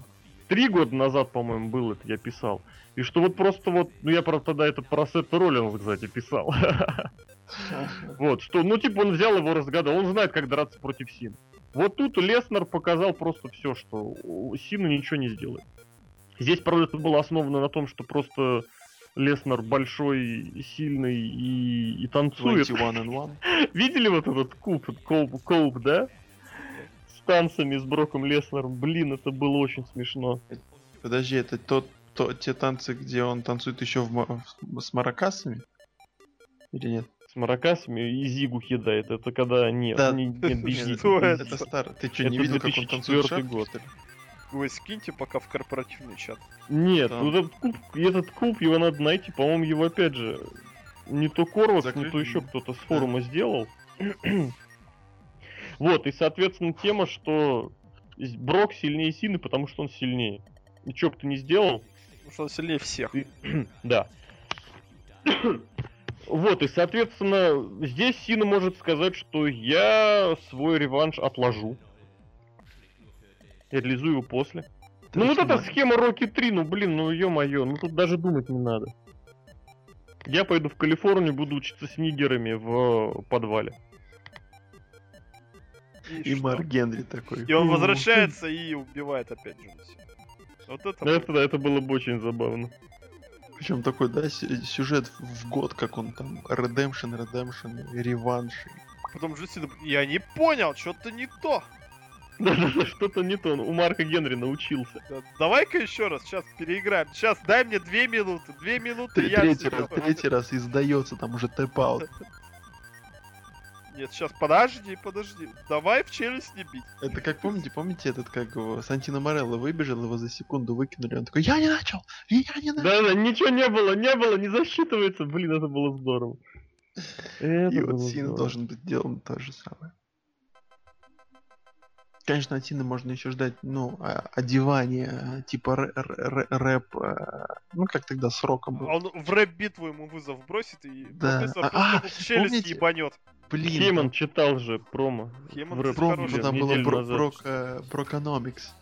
три года назад, по-моему, был это, я писал. И что вот просто вот, ну я правда тогда это про Сета Роллинса, кстати, писал. Вот, что, ну типа он взял его, разгадал, он знает, как драться против Сина. Вот тут Леснер показал просто все, что Сина ничего не сделает. Здесь, правда, это было основано на том, что просто Леснер большой, сильный и, и танцует. Видели вот этот куб, колб, колб, да? С танцами, с Броком Леснером. Блин, это было очень смешно. Подожди, это тот, то, те танцы, где он танцует еще в, в, с маракасами? Или нет? С маракасами и Зигу кидает. Это когда нет, да. не, нет, без Зигу. Это, это старый. Ты что, не видел, как он танцует шаг? Год. Ой, скиньте пока в корпоративный чат. Нет, да. вот этот куб, этот куб, его надо найти. По-моему, его опять же не то Корвус, не то еще кто-то с форума да. сделал. Вот, и соответственно тема, что Брок сильнее Сины, потому что он сильнее. И чё бы ты не сделал? Потому что он сильнее всех. Да. Вот, и, соответственно, здесь Сина может сказать, что я свой реванш отложу. Я реализую его после. Ты ну вот эта схема Рокки три, ну блин, ну ё-моё, ну тут даже думать не надо. Я пойду в Калифорнию, буду учиться с нигерами в подвале. И, и Марк Генри такой. И он возвращается и убивает опять же. Вот это, это, это было бы очень забавно. Причем такой, да, сюжет в год, как он там, Redemption, Redemption, реванш. Потом же я не понял, что-то не то. Да-да-да, что-то не то, у Марка Генри научился. Да, давай-ка еще раз, сейчас переиграем. Сейчас дай мне две минуты, две минуты. Три, я третий, раз, третий раз издается, там уже тэп-аут. Нет, сейчас подожди, подожди. Давай в челюсть не бить. Это как помните, помните этот, как его, Сантино Морелло выбежал, его за секунду выкинули, он такой, я не начал, я не начал. Да-да, ничего не было, не было, не засчитывается, блин, это было здорово. Это И вот Сина должен быть сделан то же самое. Конечно, от Сины можно еще ждать, ну, одевание, типа рэп, ну, как тогда с Роком был. Он в рэп-битву ему вызов бросит и да. а, а, в челюсть ебанет. Блин, Хейман там... читал же промо. Хейман в промо, там было про Брокономикс.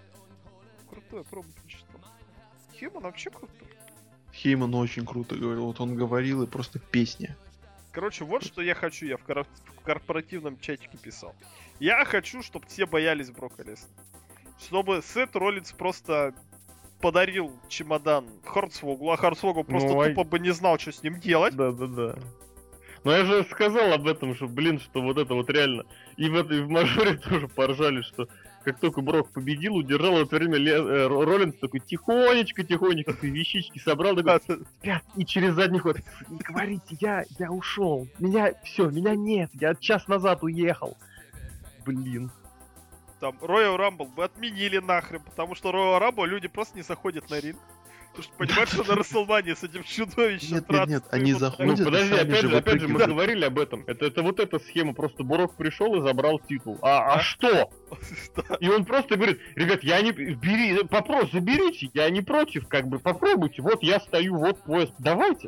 Крутое промо прочитал. Хейман вообще крутой. Хейман очень круто говорил, вот он говорил и просто песня. Короче, вот что я хочу, я в, кор- в корпоративном чатике писал. Я хочу, чтобы все боялись Брока Леснера. Чтобы Сет Роллинс просто подарил чемодан Хорнсвогу, а Хорнсвогу просто ну, тупо а... бы не знал, что с ним делать. Да-да-да. Но я же сказал об этом, что, блин, что вот это вот реально... И в этой в мажоре тоже поржали, что как только Брок победил, удержал в это время Ле... э, Роллинс такой тихонечко-тихонечко вещички собрал, такой, и через задний ход, не говорите, я, я ушел, меня, все, меня нет, я час назад уехал. Блин. Там Royal Rumble бы отменили нахрен, потому что Royal Rumble люди просто не заходят на ринг. Потому что понимаешь, что на Расселмане с этим чудовищем... Нет, нет, нет, они заходят... Ну подожди, опять же, опять же, мы говорили об этом. Это, это вот эта схема, просто Брок пришел и забрал титул. А, а что? И он просто говорит, ребят, я не... Бери, вопрос, заберите, я не против, как бы, попробуйте. Вот я стою, вот поезд, давайте.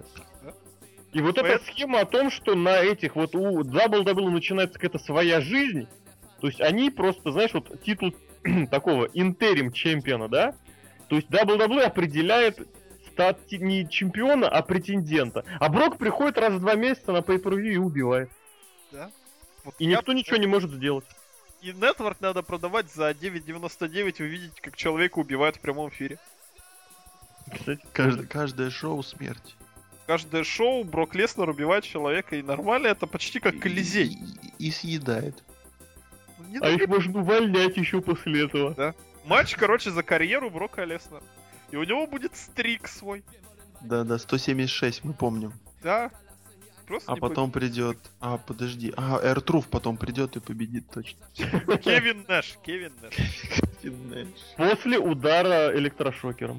И вот эта схема о том, что на этих вот у дабл ю дабл ю и начинается какая-то своя жизнь, то есть они просто, знаешь, вот титул такого интерим чемпиона, да? То есть дабл ю дабл ю и определяет стат не чемпиона, а претендента. А Брок приходит раз в два месяца на pay-per-view и убивает. Да? Вот и никто я... ничего не может сделать. И Network надо продавать за девять девяносто девять, вы видите, как человека убивают в прямом эфире. Кстати, каждое, каждое шоу смерть. Каждое шоу Брок Леснер убивает человека, и нормально, это почти как Колизей. И, и, и съедает. Не а их можно увольнять еще после этого. Да. Матч, короче, за карьеру Брока Леснера. И у него будет стрик свой. Да-да, сто семьдесят шесть, мы помним. Да. Просто а потом будет. Придет... А, подожди. А, Эр-Труф потом придет и победит точно. Кевин Нэш, Кевин Нэш. Кевин Нэш. После удара электрошокером.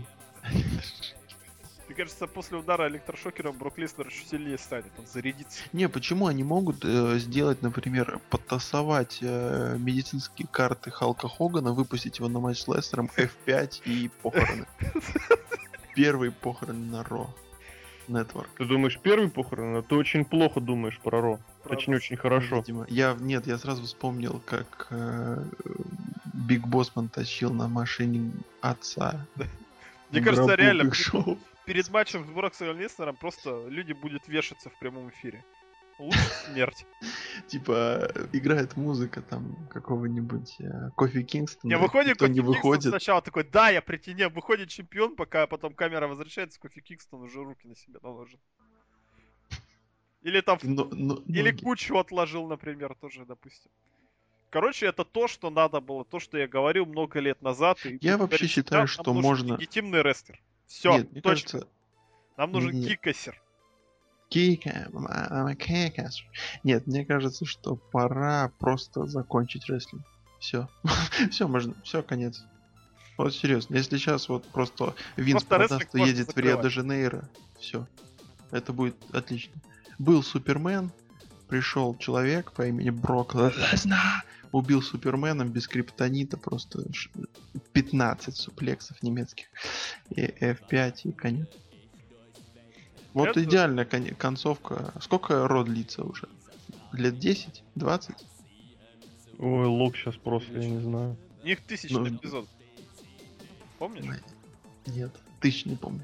Мне кажется, после удара электрошокером Брок Леснер еще сильнее станет, он зарядится. Не, почему они могут э, сделать, например, подтасовать э, медицинские карты Халка Хогана, выпустить его на матч с Леснером, эф пять и похороны. Первый похороны на Ро. Network. Ты думаешь, первый похороны? Ты очень плохо думаешь про Ро. Очень-очень хорошо. Видимо. Я, нет, я сразу вспомнил, как э, Биг Боссман тащил на машине отца. Мне в кажется, гробу реально, Биг перед, Шоу. перед матчем с Броксом Леснером просто люди будут вешаться в прямом эфире. Лучше смерть. Типа, играет музыка там какого-нибудь э, Кофи Кингстона, Я выходит никто Кофи не Кингстон выходит. сначала такой, да, я претендент, выходит чемпион, пока потом камера возвращается, Кофи Кингстон уже руки на себя наложит. Или там, И но- но- или ноги. кучу отложил, например, тоже, допустим. Короче, это то, что надо было, то, что я говорил много лет назад. И Я буду вообще говорить считаю, всегда, что нам нужен можно... легитимный рестлер. Все, Нет, мне точка. кажется... Нам нужен Не-не-не. кикассер. Кика, I'm a кикассер. Нет, мне кажется, что пора просто закончить рестлинг. Все. Все, можно. Все, конец. Вот серьезно, если сейчас вот просто Винс Просто рестлинг продаст и можно едет в закрывать. Рио-де-Жанейро, все. Это будет отлично. Был Супермен, пришел человек по имени Брок Леснар, убил Супермена без криптонита, просто ш- пятнадцать суплексов немецких. И эф пять, и конец. Вот Это- идеальная кон- концовка. Сколько Ро длится уже? Лет десять? двадцать? Ой, Лок сейчас просто, я не знаю. У них тысячный Ну, эпизод. Помнишь? Нет, тысяч не помню.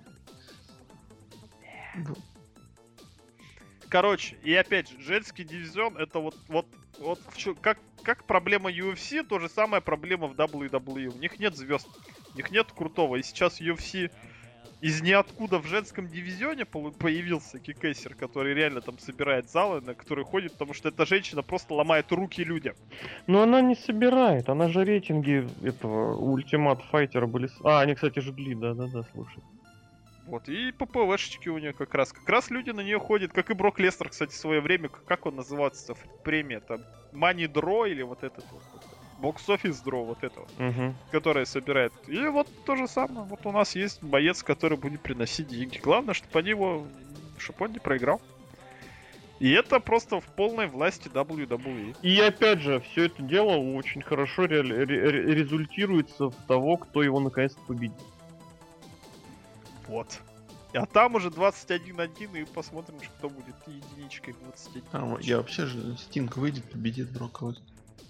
Вот. Короче, и опять же, женский дивизион это вот, вот, вот в чё- как, как проблема ю эф си, то же самая проблема в дабл ю дабл ю и. У них нет звезд, у них нет крутого. И сейчас ю эф си из ниоткуда в женском дивизионе полу- появился кикэссер, который реально там собирает залы, на которые ходит, потому что эта женщина просто ломает руки людям. Но она не собирает, она же рейтинги этого Ультимат Файтера были... с- А, они, кстати, жгли, да-да-да, слушай. Вот, и ППВшечки у нее как раз. Как раз люди на нее ходят, как и Брок Лестер, кстати, в свое время. К- Как он называется? Премия там Money Draw или вот этот вот. Box Office Draw, вот это вот. Угу. Которая собирает. И вот то же самое. Вот у нас есть боец, который будет приносить деньги. Главное, чтобы они его, чтобы он не проиграл. И это просто в полной власти дабл ю дабл ю и. И опять же, все это дело очень хорошо ре- ре- ре- результируется в того, кто его наконец-то победит. Вот. А там уже двадцать один один, и посмотрим, кто будет единичкой двадцать один. А, я вообще же Стинг выйдет, победит Брока Леснара.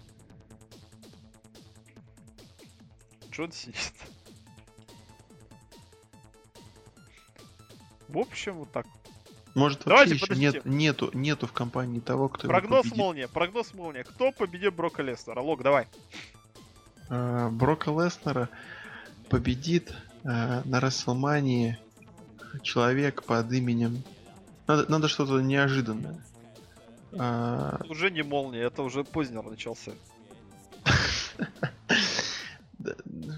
Джон сидит. В общем, вот так. Может вообще Давайте, еще подождите. нет, нету, нету в компании того, кто его Прогноз победит. молния, прогноз молния. Кто победит Брока Леснера? Лок, давай. А, Брока Леснера победит а, на Расселмании человек под именем... Надо, надо что-то неожиданное. А, Уже не молния, это уже поздно начался. да,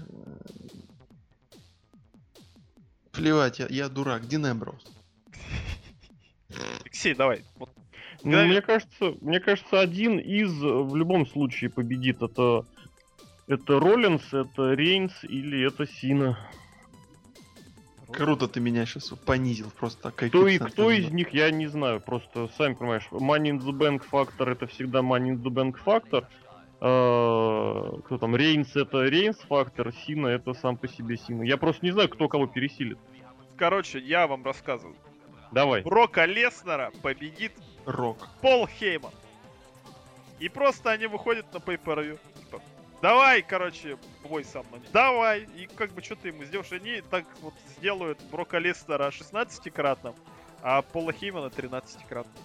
Плевать, я, я дурак. Дин Эмброуз. Алексей, давай. Вот. Ну, Давай. мне кажется, мне кажется, один из э, в любом случае победит. Это это Роллинс, это Рейнс или это Сина. Круто ты меня сейчас понизил просто так. Кто, и, коэффициент кто из называл. них, я не знаю. Просто, сами понимаешь, Money in the Bank фактор это всегда Money in the Bank фактор. А, кто там, Рейнс это Рейнс фактор, Сина это сам по себе Сина. Я просто не знаю, кто кого пересилит. Короче, я вам рассказываю. Давай. Брока Леснера победит Рок. Пол Хейман. И просто они выходят на pay-per-view. Типа, давай, короче, бой со мной. Давай. И как бы что ты ему сделаешь? Они так вот сделают Брока Леснера шестнадцатикратным, а Пола Хеймана тринадцатикратным.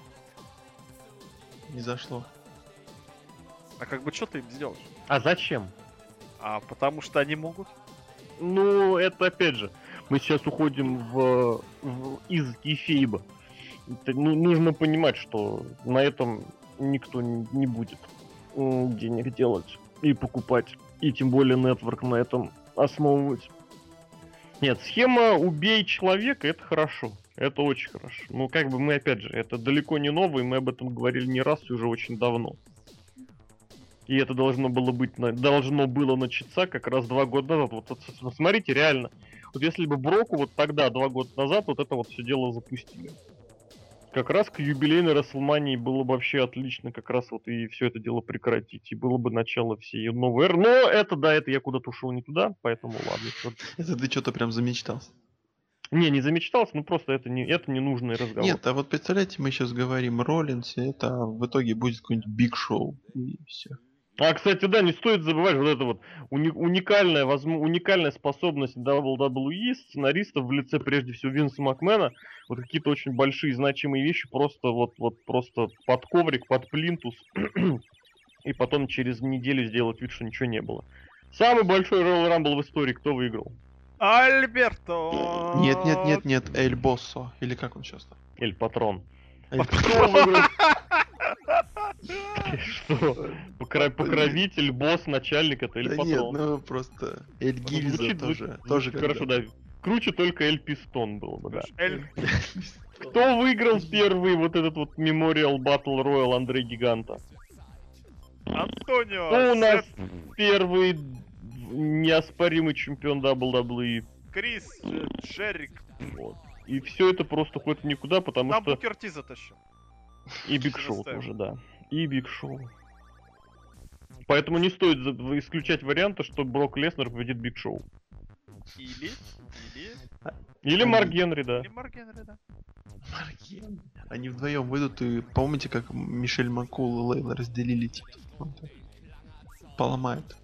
Не зашло. А как бы что ты им сделаешь? А зачем? А потому что они могут. Ну, это опять же, мы сейчас уходим в, в из кейфейба. Это, ну, нужно понимать, что на этом никто не, не будет м, денег делать и покупать, и тем более нетворк на этом основывать. Нет, схема «убей человека» — это хорошо. Это очень хорошо. Ну, как бы мы, опять же, это далеко не новый, мы об этом говорили не раз и уже очень давно. И это должно было быть, на- должно было начаться как раз два года назад. Вот, вот, вот смотрите, реально. Вот если бы Броку вот тогда, два года назад, вот это вот все дело запустили. Как раз к юбилейной Расселмании было бы вообще отлично как раз вот и все это дело прекратить. И было бы начало всей новой эры. Но это, да, это я куда-то ушел не туда, поэтому ладно. всё. Это ты что-то прям замечтался. Не, не замечтался, ну просто это не, это ненужный разговор. Нет, а вот представляете, мы сейчас говорим Роллинс, и это в итоге будет какой-нибудь Биг Шоу. И все. А, кстати, да, не стоит забывать вот это вот уни- уникальная, возможно, уникальная способность дабл ю дабл ю и сценаристов в лице, прежде всего, Винса Макмена, вот какие-то очень большие значимые вещи просто вот, вот просто под коврик, под плинтус, и потом через неделю сделать вид, что ничего не было. Самый большой Royal Rumble в истории кто выиграл? Альберто! Нет, нет, нет, нет, Эль Боссо. Или как он сейчас там? Эль Патрон. Эль Кто выиграл? Что? Покра- Покровитель, босс, начальник, это Эль Да нет, Патрон. ну просто Эль Гильза Звучит- тоже. звучит тоже хорошо, когда- да. Круче только Эль Пистон был бы, да. Эль- Кто выиграл первый вот этот вот Memorial Battle Royal Андрей Гиганта? Антонио! Кто у нас Сет первый неоспоримый чемпион дабл ю дабл ю и? Крис Дж- Джерик. Вот. И все это просто уходит в никуда, потому Там что Букер Ти затащил. и Биг Шоу заставил. тоже, да. И Биг Шоу. Поэтому не стоит за- исключать варианта, что Брок Леснер победит Биг Шоу. Или... Или... Или Они- Марк Генри, да. Или Марк Генри, да. Марген. Они вдвоем выйдут и помните, как Мишель Маккул и Лейла разделили типа? Вот так. Поломают.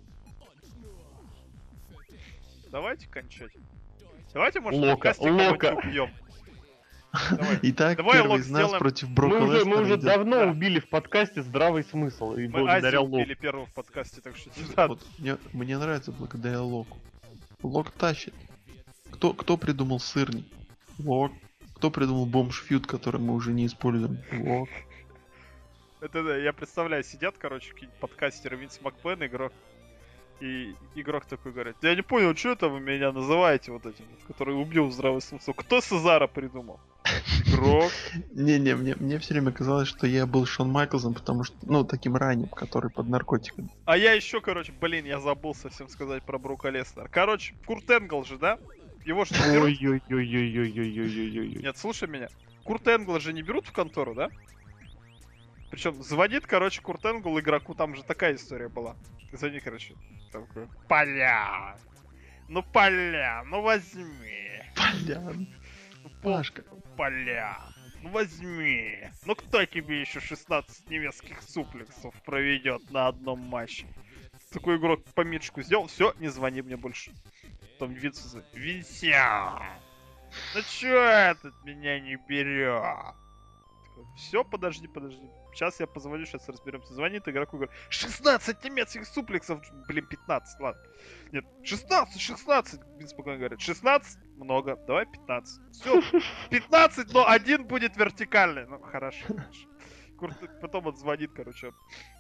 Давайте кончать. Давайте, может, Лока, в подкасте кого-нибудь Лока. убьем. Давай. Итак, Давай, первый Лок, из нас сделаем- против Брока Мы уже, Леснера мы уже идет. давно Да. убили в подкасте здравый смысл. И Мы благодаря Азию Локу. убили первого в подкасте, так что не надо. Вот, мне, мне нравится благодаря Локу. Лок тащит. Кто, кто придумал сырник? Лок. Кто придумал бомж-фьюд, который мы уже не используем? Лок. Это да, я представляю, сидят, короче, какие-нибудь подкастеры Винс Макмен, игрок. И игрок такой говорит: я не понял, что это вы меня называете вот этим, вот, который убил здравый смысл. Кто Сезара придумал? Игрок. Не-не, мне, мне все время казалось, что я был Шон Майклзом, потому что, ну, таким ранним, который под наркотиками. А я еще, короче, блин, я забыл совсем сказать про Брука Леснера. Короче, Курт Энгл же, да? Его же не берут. Ой-ой-ой-ой-ой-ой-ой-ой-ой. Нет, слушай меня. Курт Энгла же не берут в контору, да? Причем звонит, короче, Курт Энгл игроку, там же такая история была. Звони, короче, такой: Поля! Ну, Поля, ну возьми. Полян. Пашка. Поля, ну возьми. Ну кто тебе еще шестнадцать немецких суплексов проведет на одном матче? Такой игрок пометочку сделал, все, не звони мне больше. Там Винс звонит: Винся! Ну чё этот меня не берет? Все, подожди, подожди. Сейчас я позвоню, сейчас разберемся. Звонит игроку, говорит: шестнадцать немецких суплексов. Блин, пятнадцать, ладно. Нет, шестнадцать, шестнадцать. Винс Макмен говорит: шестнадцать? Много, давай пятнадцать. Все, пятнадцать, но один будет вертикальный. Ну, хорошо. хорошо. Курт... Потом он звонит, короче,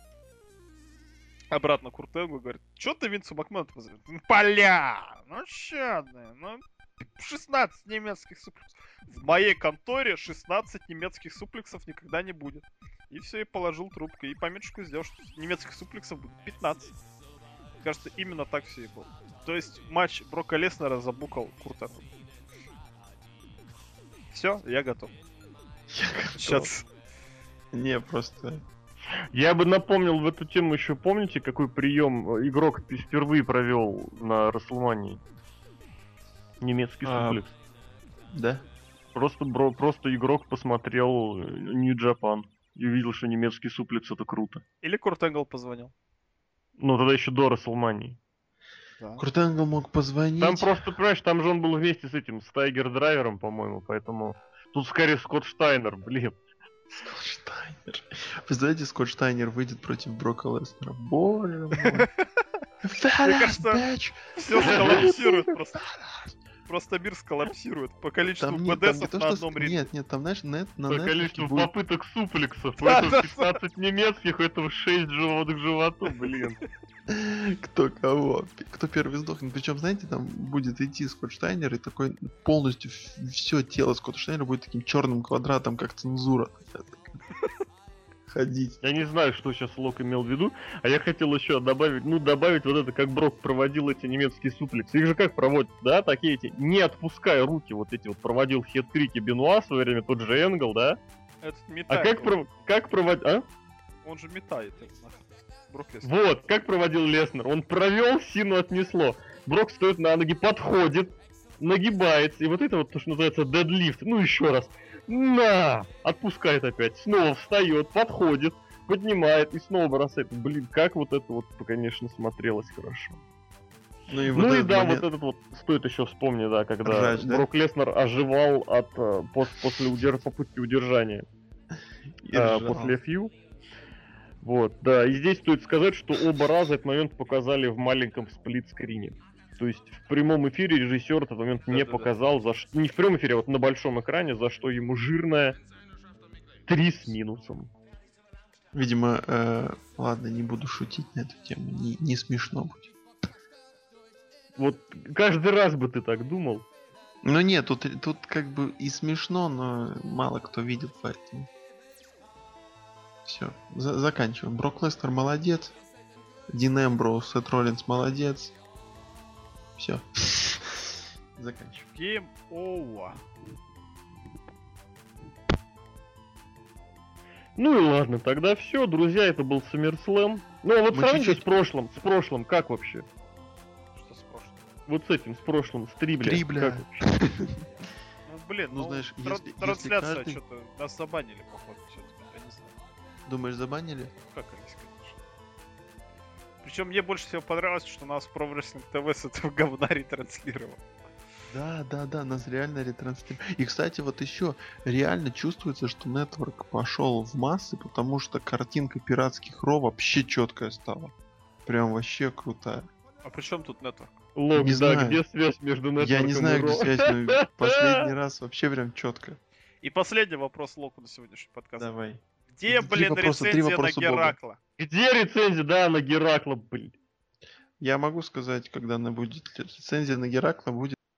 обратно Курт Энгл, говорит: что ты Винсу Макмену позовет? Поля! Ну чё ты? Ну, шестнадцать немецких суплексов. В моей конторе шестнадцать немецких суплексов никогда не будет. И все, и положил трубку. И пометочку сделал, что немецких суплексов будет пятнадцать. Кажется, именно так все и было. То есть матч Брока Леснера забукал Курт Энгл. Все, я готов. Сейчас. Не, просто... Я бы напомнил в эту тему еще, помните, какой прием игрок впервые провел на Расселмании? Немецкий А. суплекс. Да? Просто, бро, просто игрок посмотрел New Japan и увидел, что немецкий суплекс это круто. Или Курт Энгл позвонил. Ну, тогда еще до Расселмании. Да. Курт Энгл мог позвонить. Там просто, понимаешь, там же он был вместе с этим, с Тайгер Драйвером, по-моему, поэтому... Тут скорее Скотт Штайнер, блин. Скотт Штайнер. Представляете, Скотт Штайнер выйдет против Брока Леснера. Боже мой. Мне кажется, все сколлапсирует просто. Просто мир сколлапсирует по количеству Там нет, там не БДСов то, на что... одном ринге. Нет, нет, там, знаешь, нет, на По Netflix количеству будет... попыток суплексов. У Да, этого да, пятнадцать немецких, у этого шесть животных животов, блин. Кто кого? Кто первый сдохнет. Причем, знаете, там будет идти Скотт Штайнер, и такой полностью все тело Скотта Штайнера будет таким черным квадратом, как цензура. Ходить. Я не знаю, что сейчас Лок имел в виду, а я хотел еще добавить, ну, добавить вот это, как Брок проводил эти немецкие суплексы. Их же как проводят, да, такие эти, не отпуская руки, вот эти вот проводил хет-трики Бенуа в свое время, тот же Энгл, да? Этот А метает. как, пров... как проводить, а? Он же метает. это нахуй. Брок Леснер. Вот, как проводил Леснер. Он провел, Сину отнесло. Брок стоит на ноги, подходит, нагибается, и вот это вот то, что называется дедлифт. Ну, еще раз. На! Отпускает опять. Снова встает, подходит, поднимает и снова бросает. Блин, как вот это вот, конечно, смотрелось хорошо. Ну и, Ну вот и этот да, момент- вот этот вот стоит еще вспомнить, да, когда Ржач, да? Брок Леснер оживал от э, пос- после удер... попытки удержания и э, ржал. после эф ю. Вот, да, и здесь стоит сказать, что оба раза этот момент показали в маленьком сплит-скрине. То есть в прямом эфире режиссер этот момент не Да-да-да. показал, за что. Не в прямом эфире, а вот на большом экране, за что ему жирное три с минусом. Видимо, э, ладно, не буду шутить на эту тему, не, не смешно будет. Вот каждый раз бы ты так думал. Ну нет, тут, тут как бы и смешно, но мало кто видел, поэтому... Все, заканчиваем. Брок Лестер молодец. Дин Эмброуз, Сет Роллинс молодец. Все. Заканчиваем. Game over. Ну и ладно, тогда все, друзья, это был SummerSlam. Ну а вот Мы сравните чуть-чуть- с прошлым, с прошлым, как вообще? Что с прошлым? Вот с этим, с прошлым, с Трибля. Трибля. Как вообще? Ну, блин, Ну, ну, знаешь, тра- если- если трансляция каждый- что-то нас забанили, походу, все-таки, я не знаю. Думаешь, забанили? Как они сказали? Причем мне больше всего понравилось, что нас Pro Wrestling ти ви с этого говна ретранслировал. Да, да, да, нас реально ретранслируют. И, кстати, вот еще реально чувствуется, что Network пошел в массы, потому что картинка пиратских Ро вообще четкая стала. Прям вообще крутая. А при чем тут Network? Лог, Не да, знаю. где связь между Network Я не знаю, и где Raw? связь, но последний раз вообще прям четко. И последний вопрос Локу на сегодняшний подкаст. Давай. Где, Три блин, вопроса, три рецензия на вопроса Бога. Геракла? Где рецензия, да, на Геракла, блин? Я могу сказать, когда она будет рецензия на Геракла будет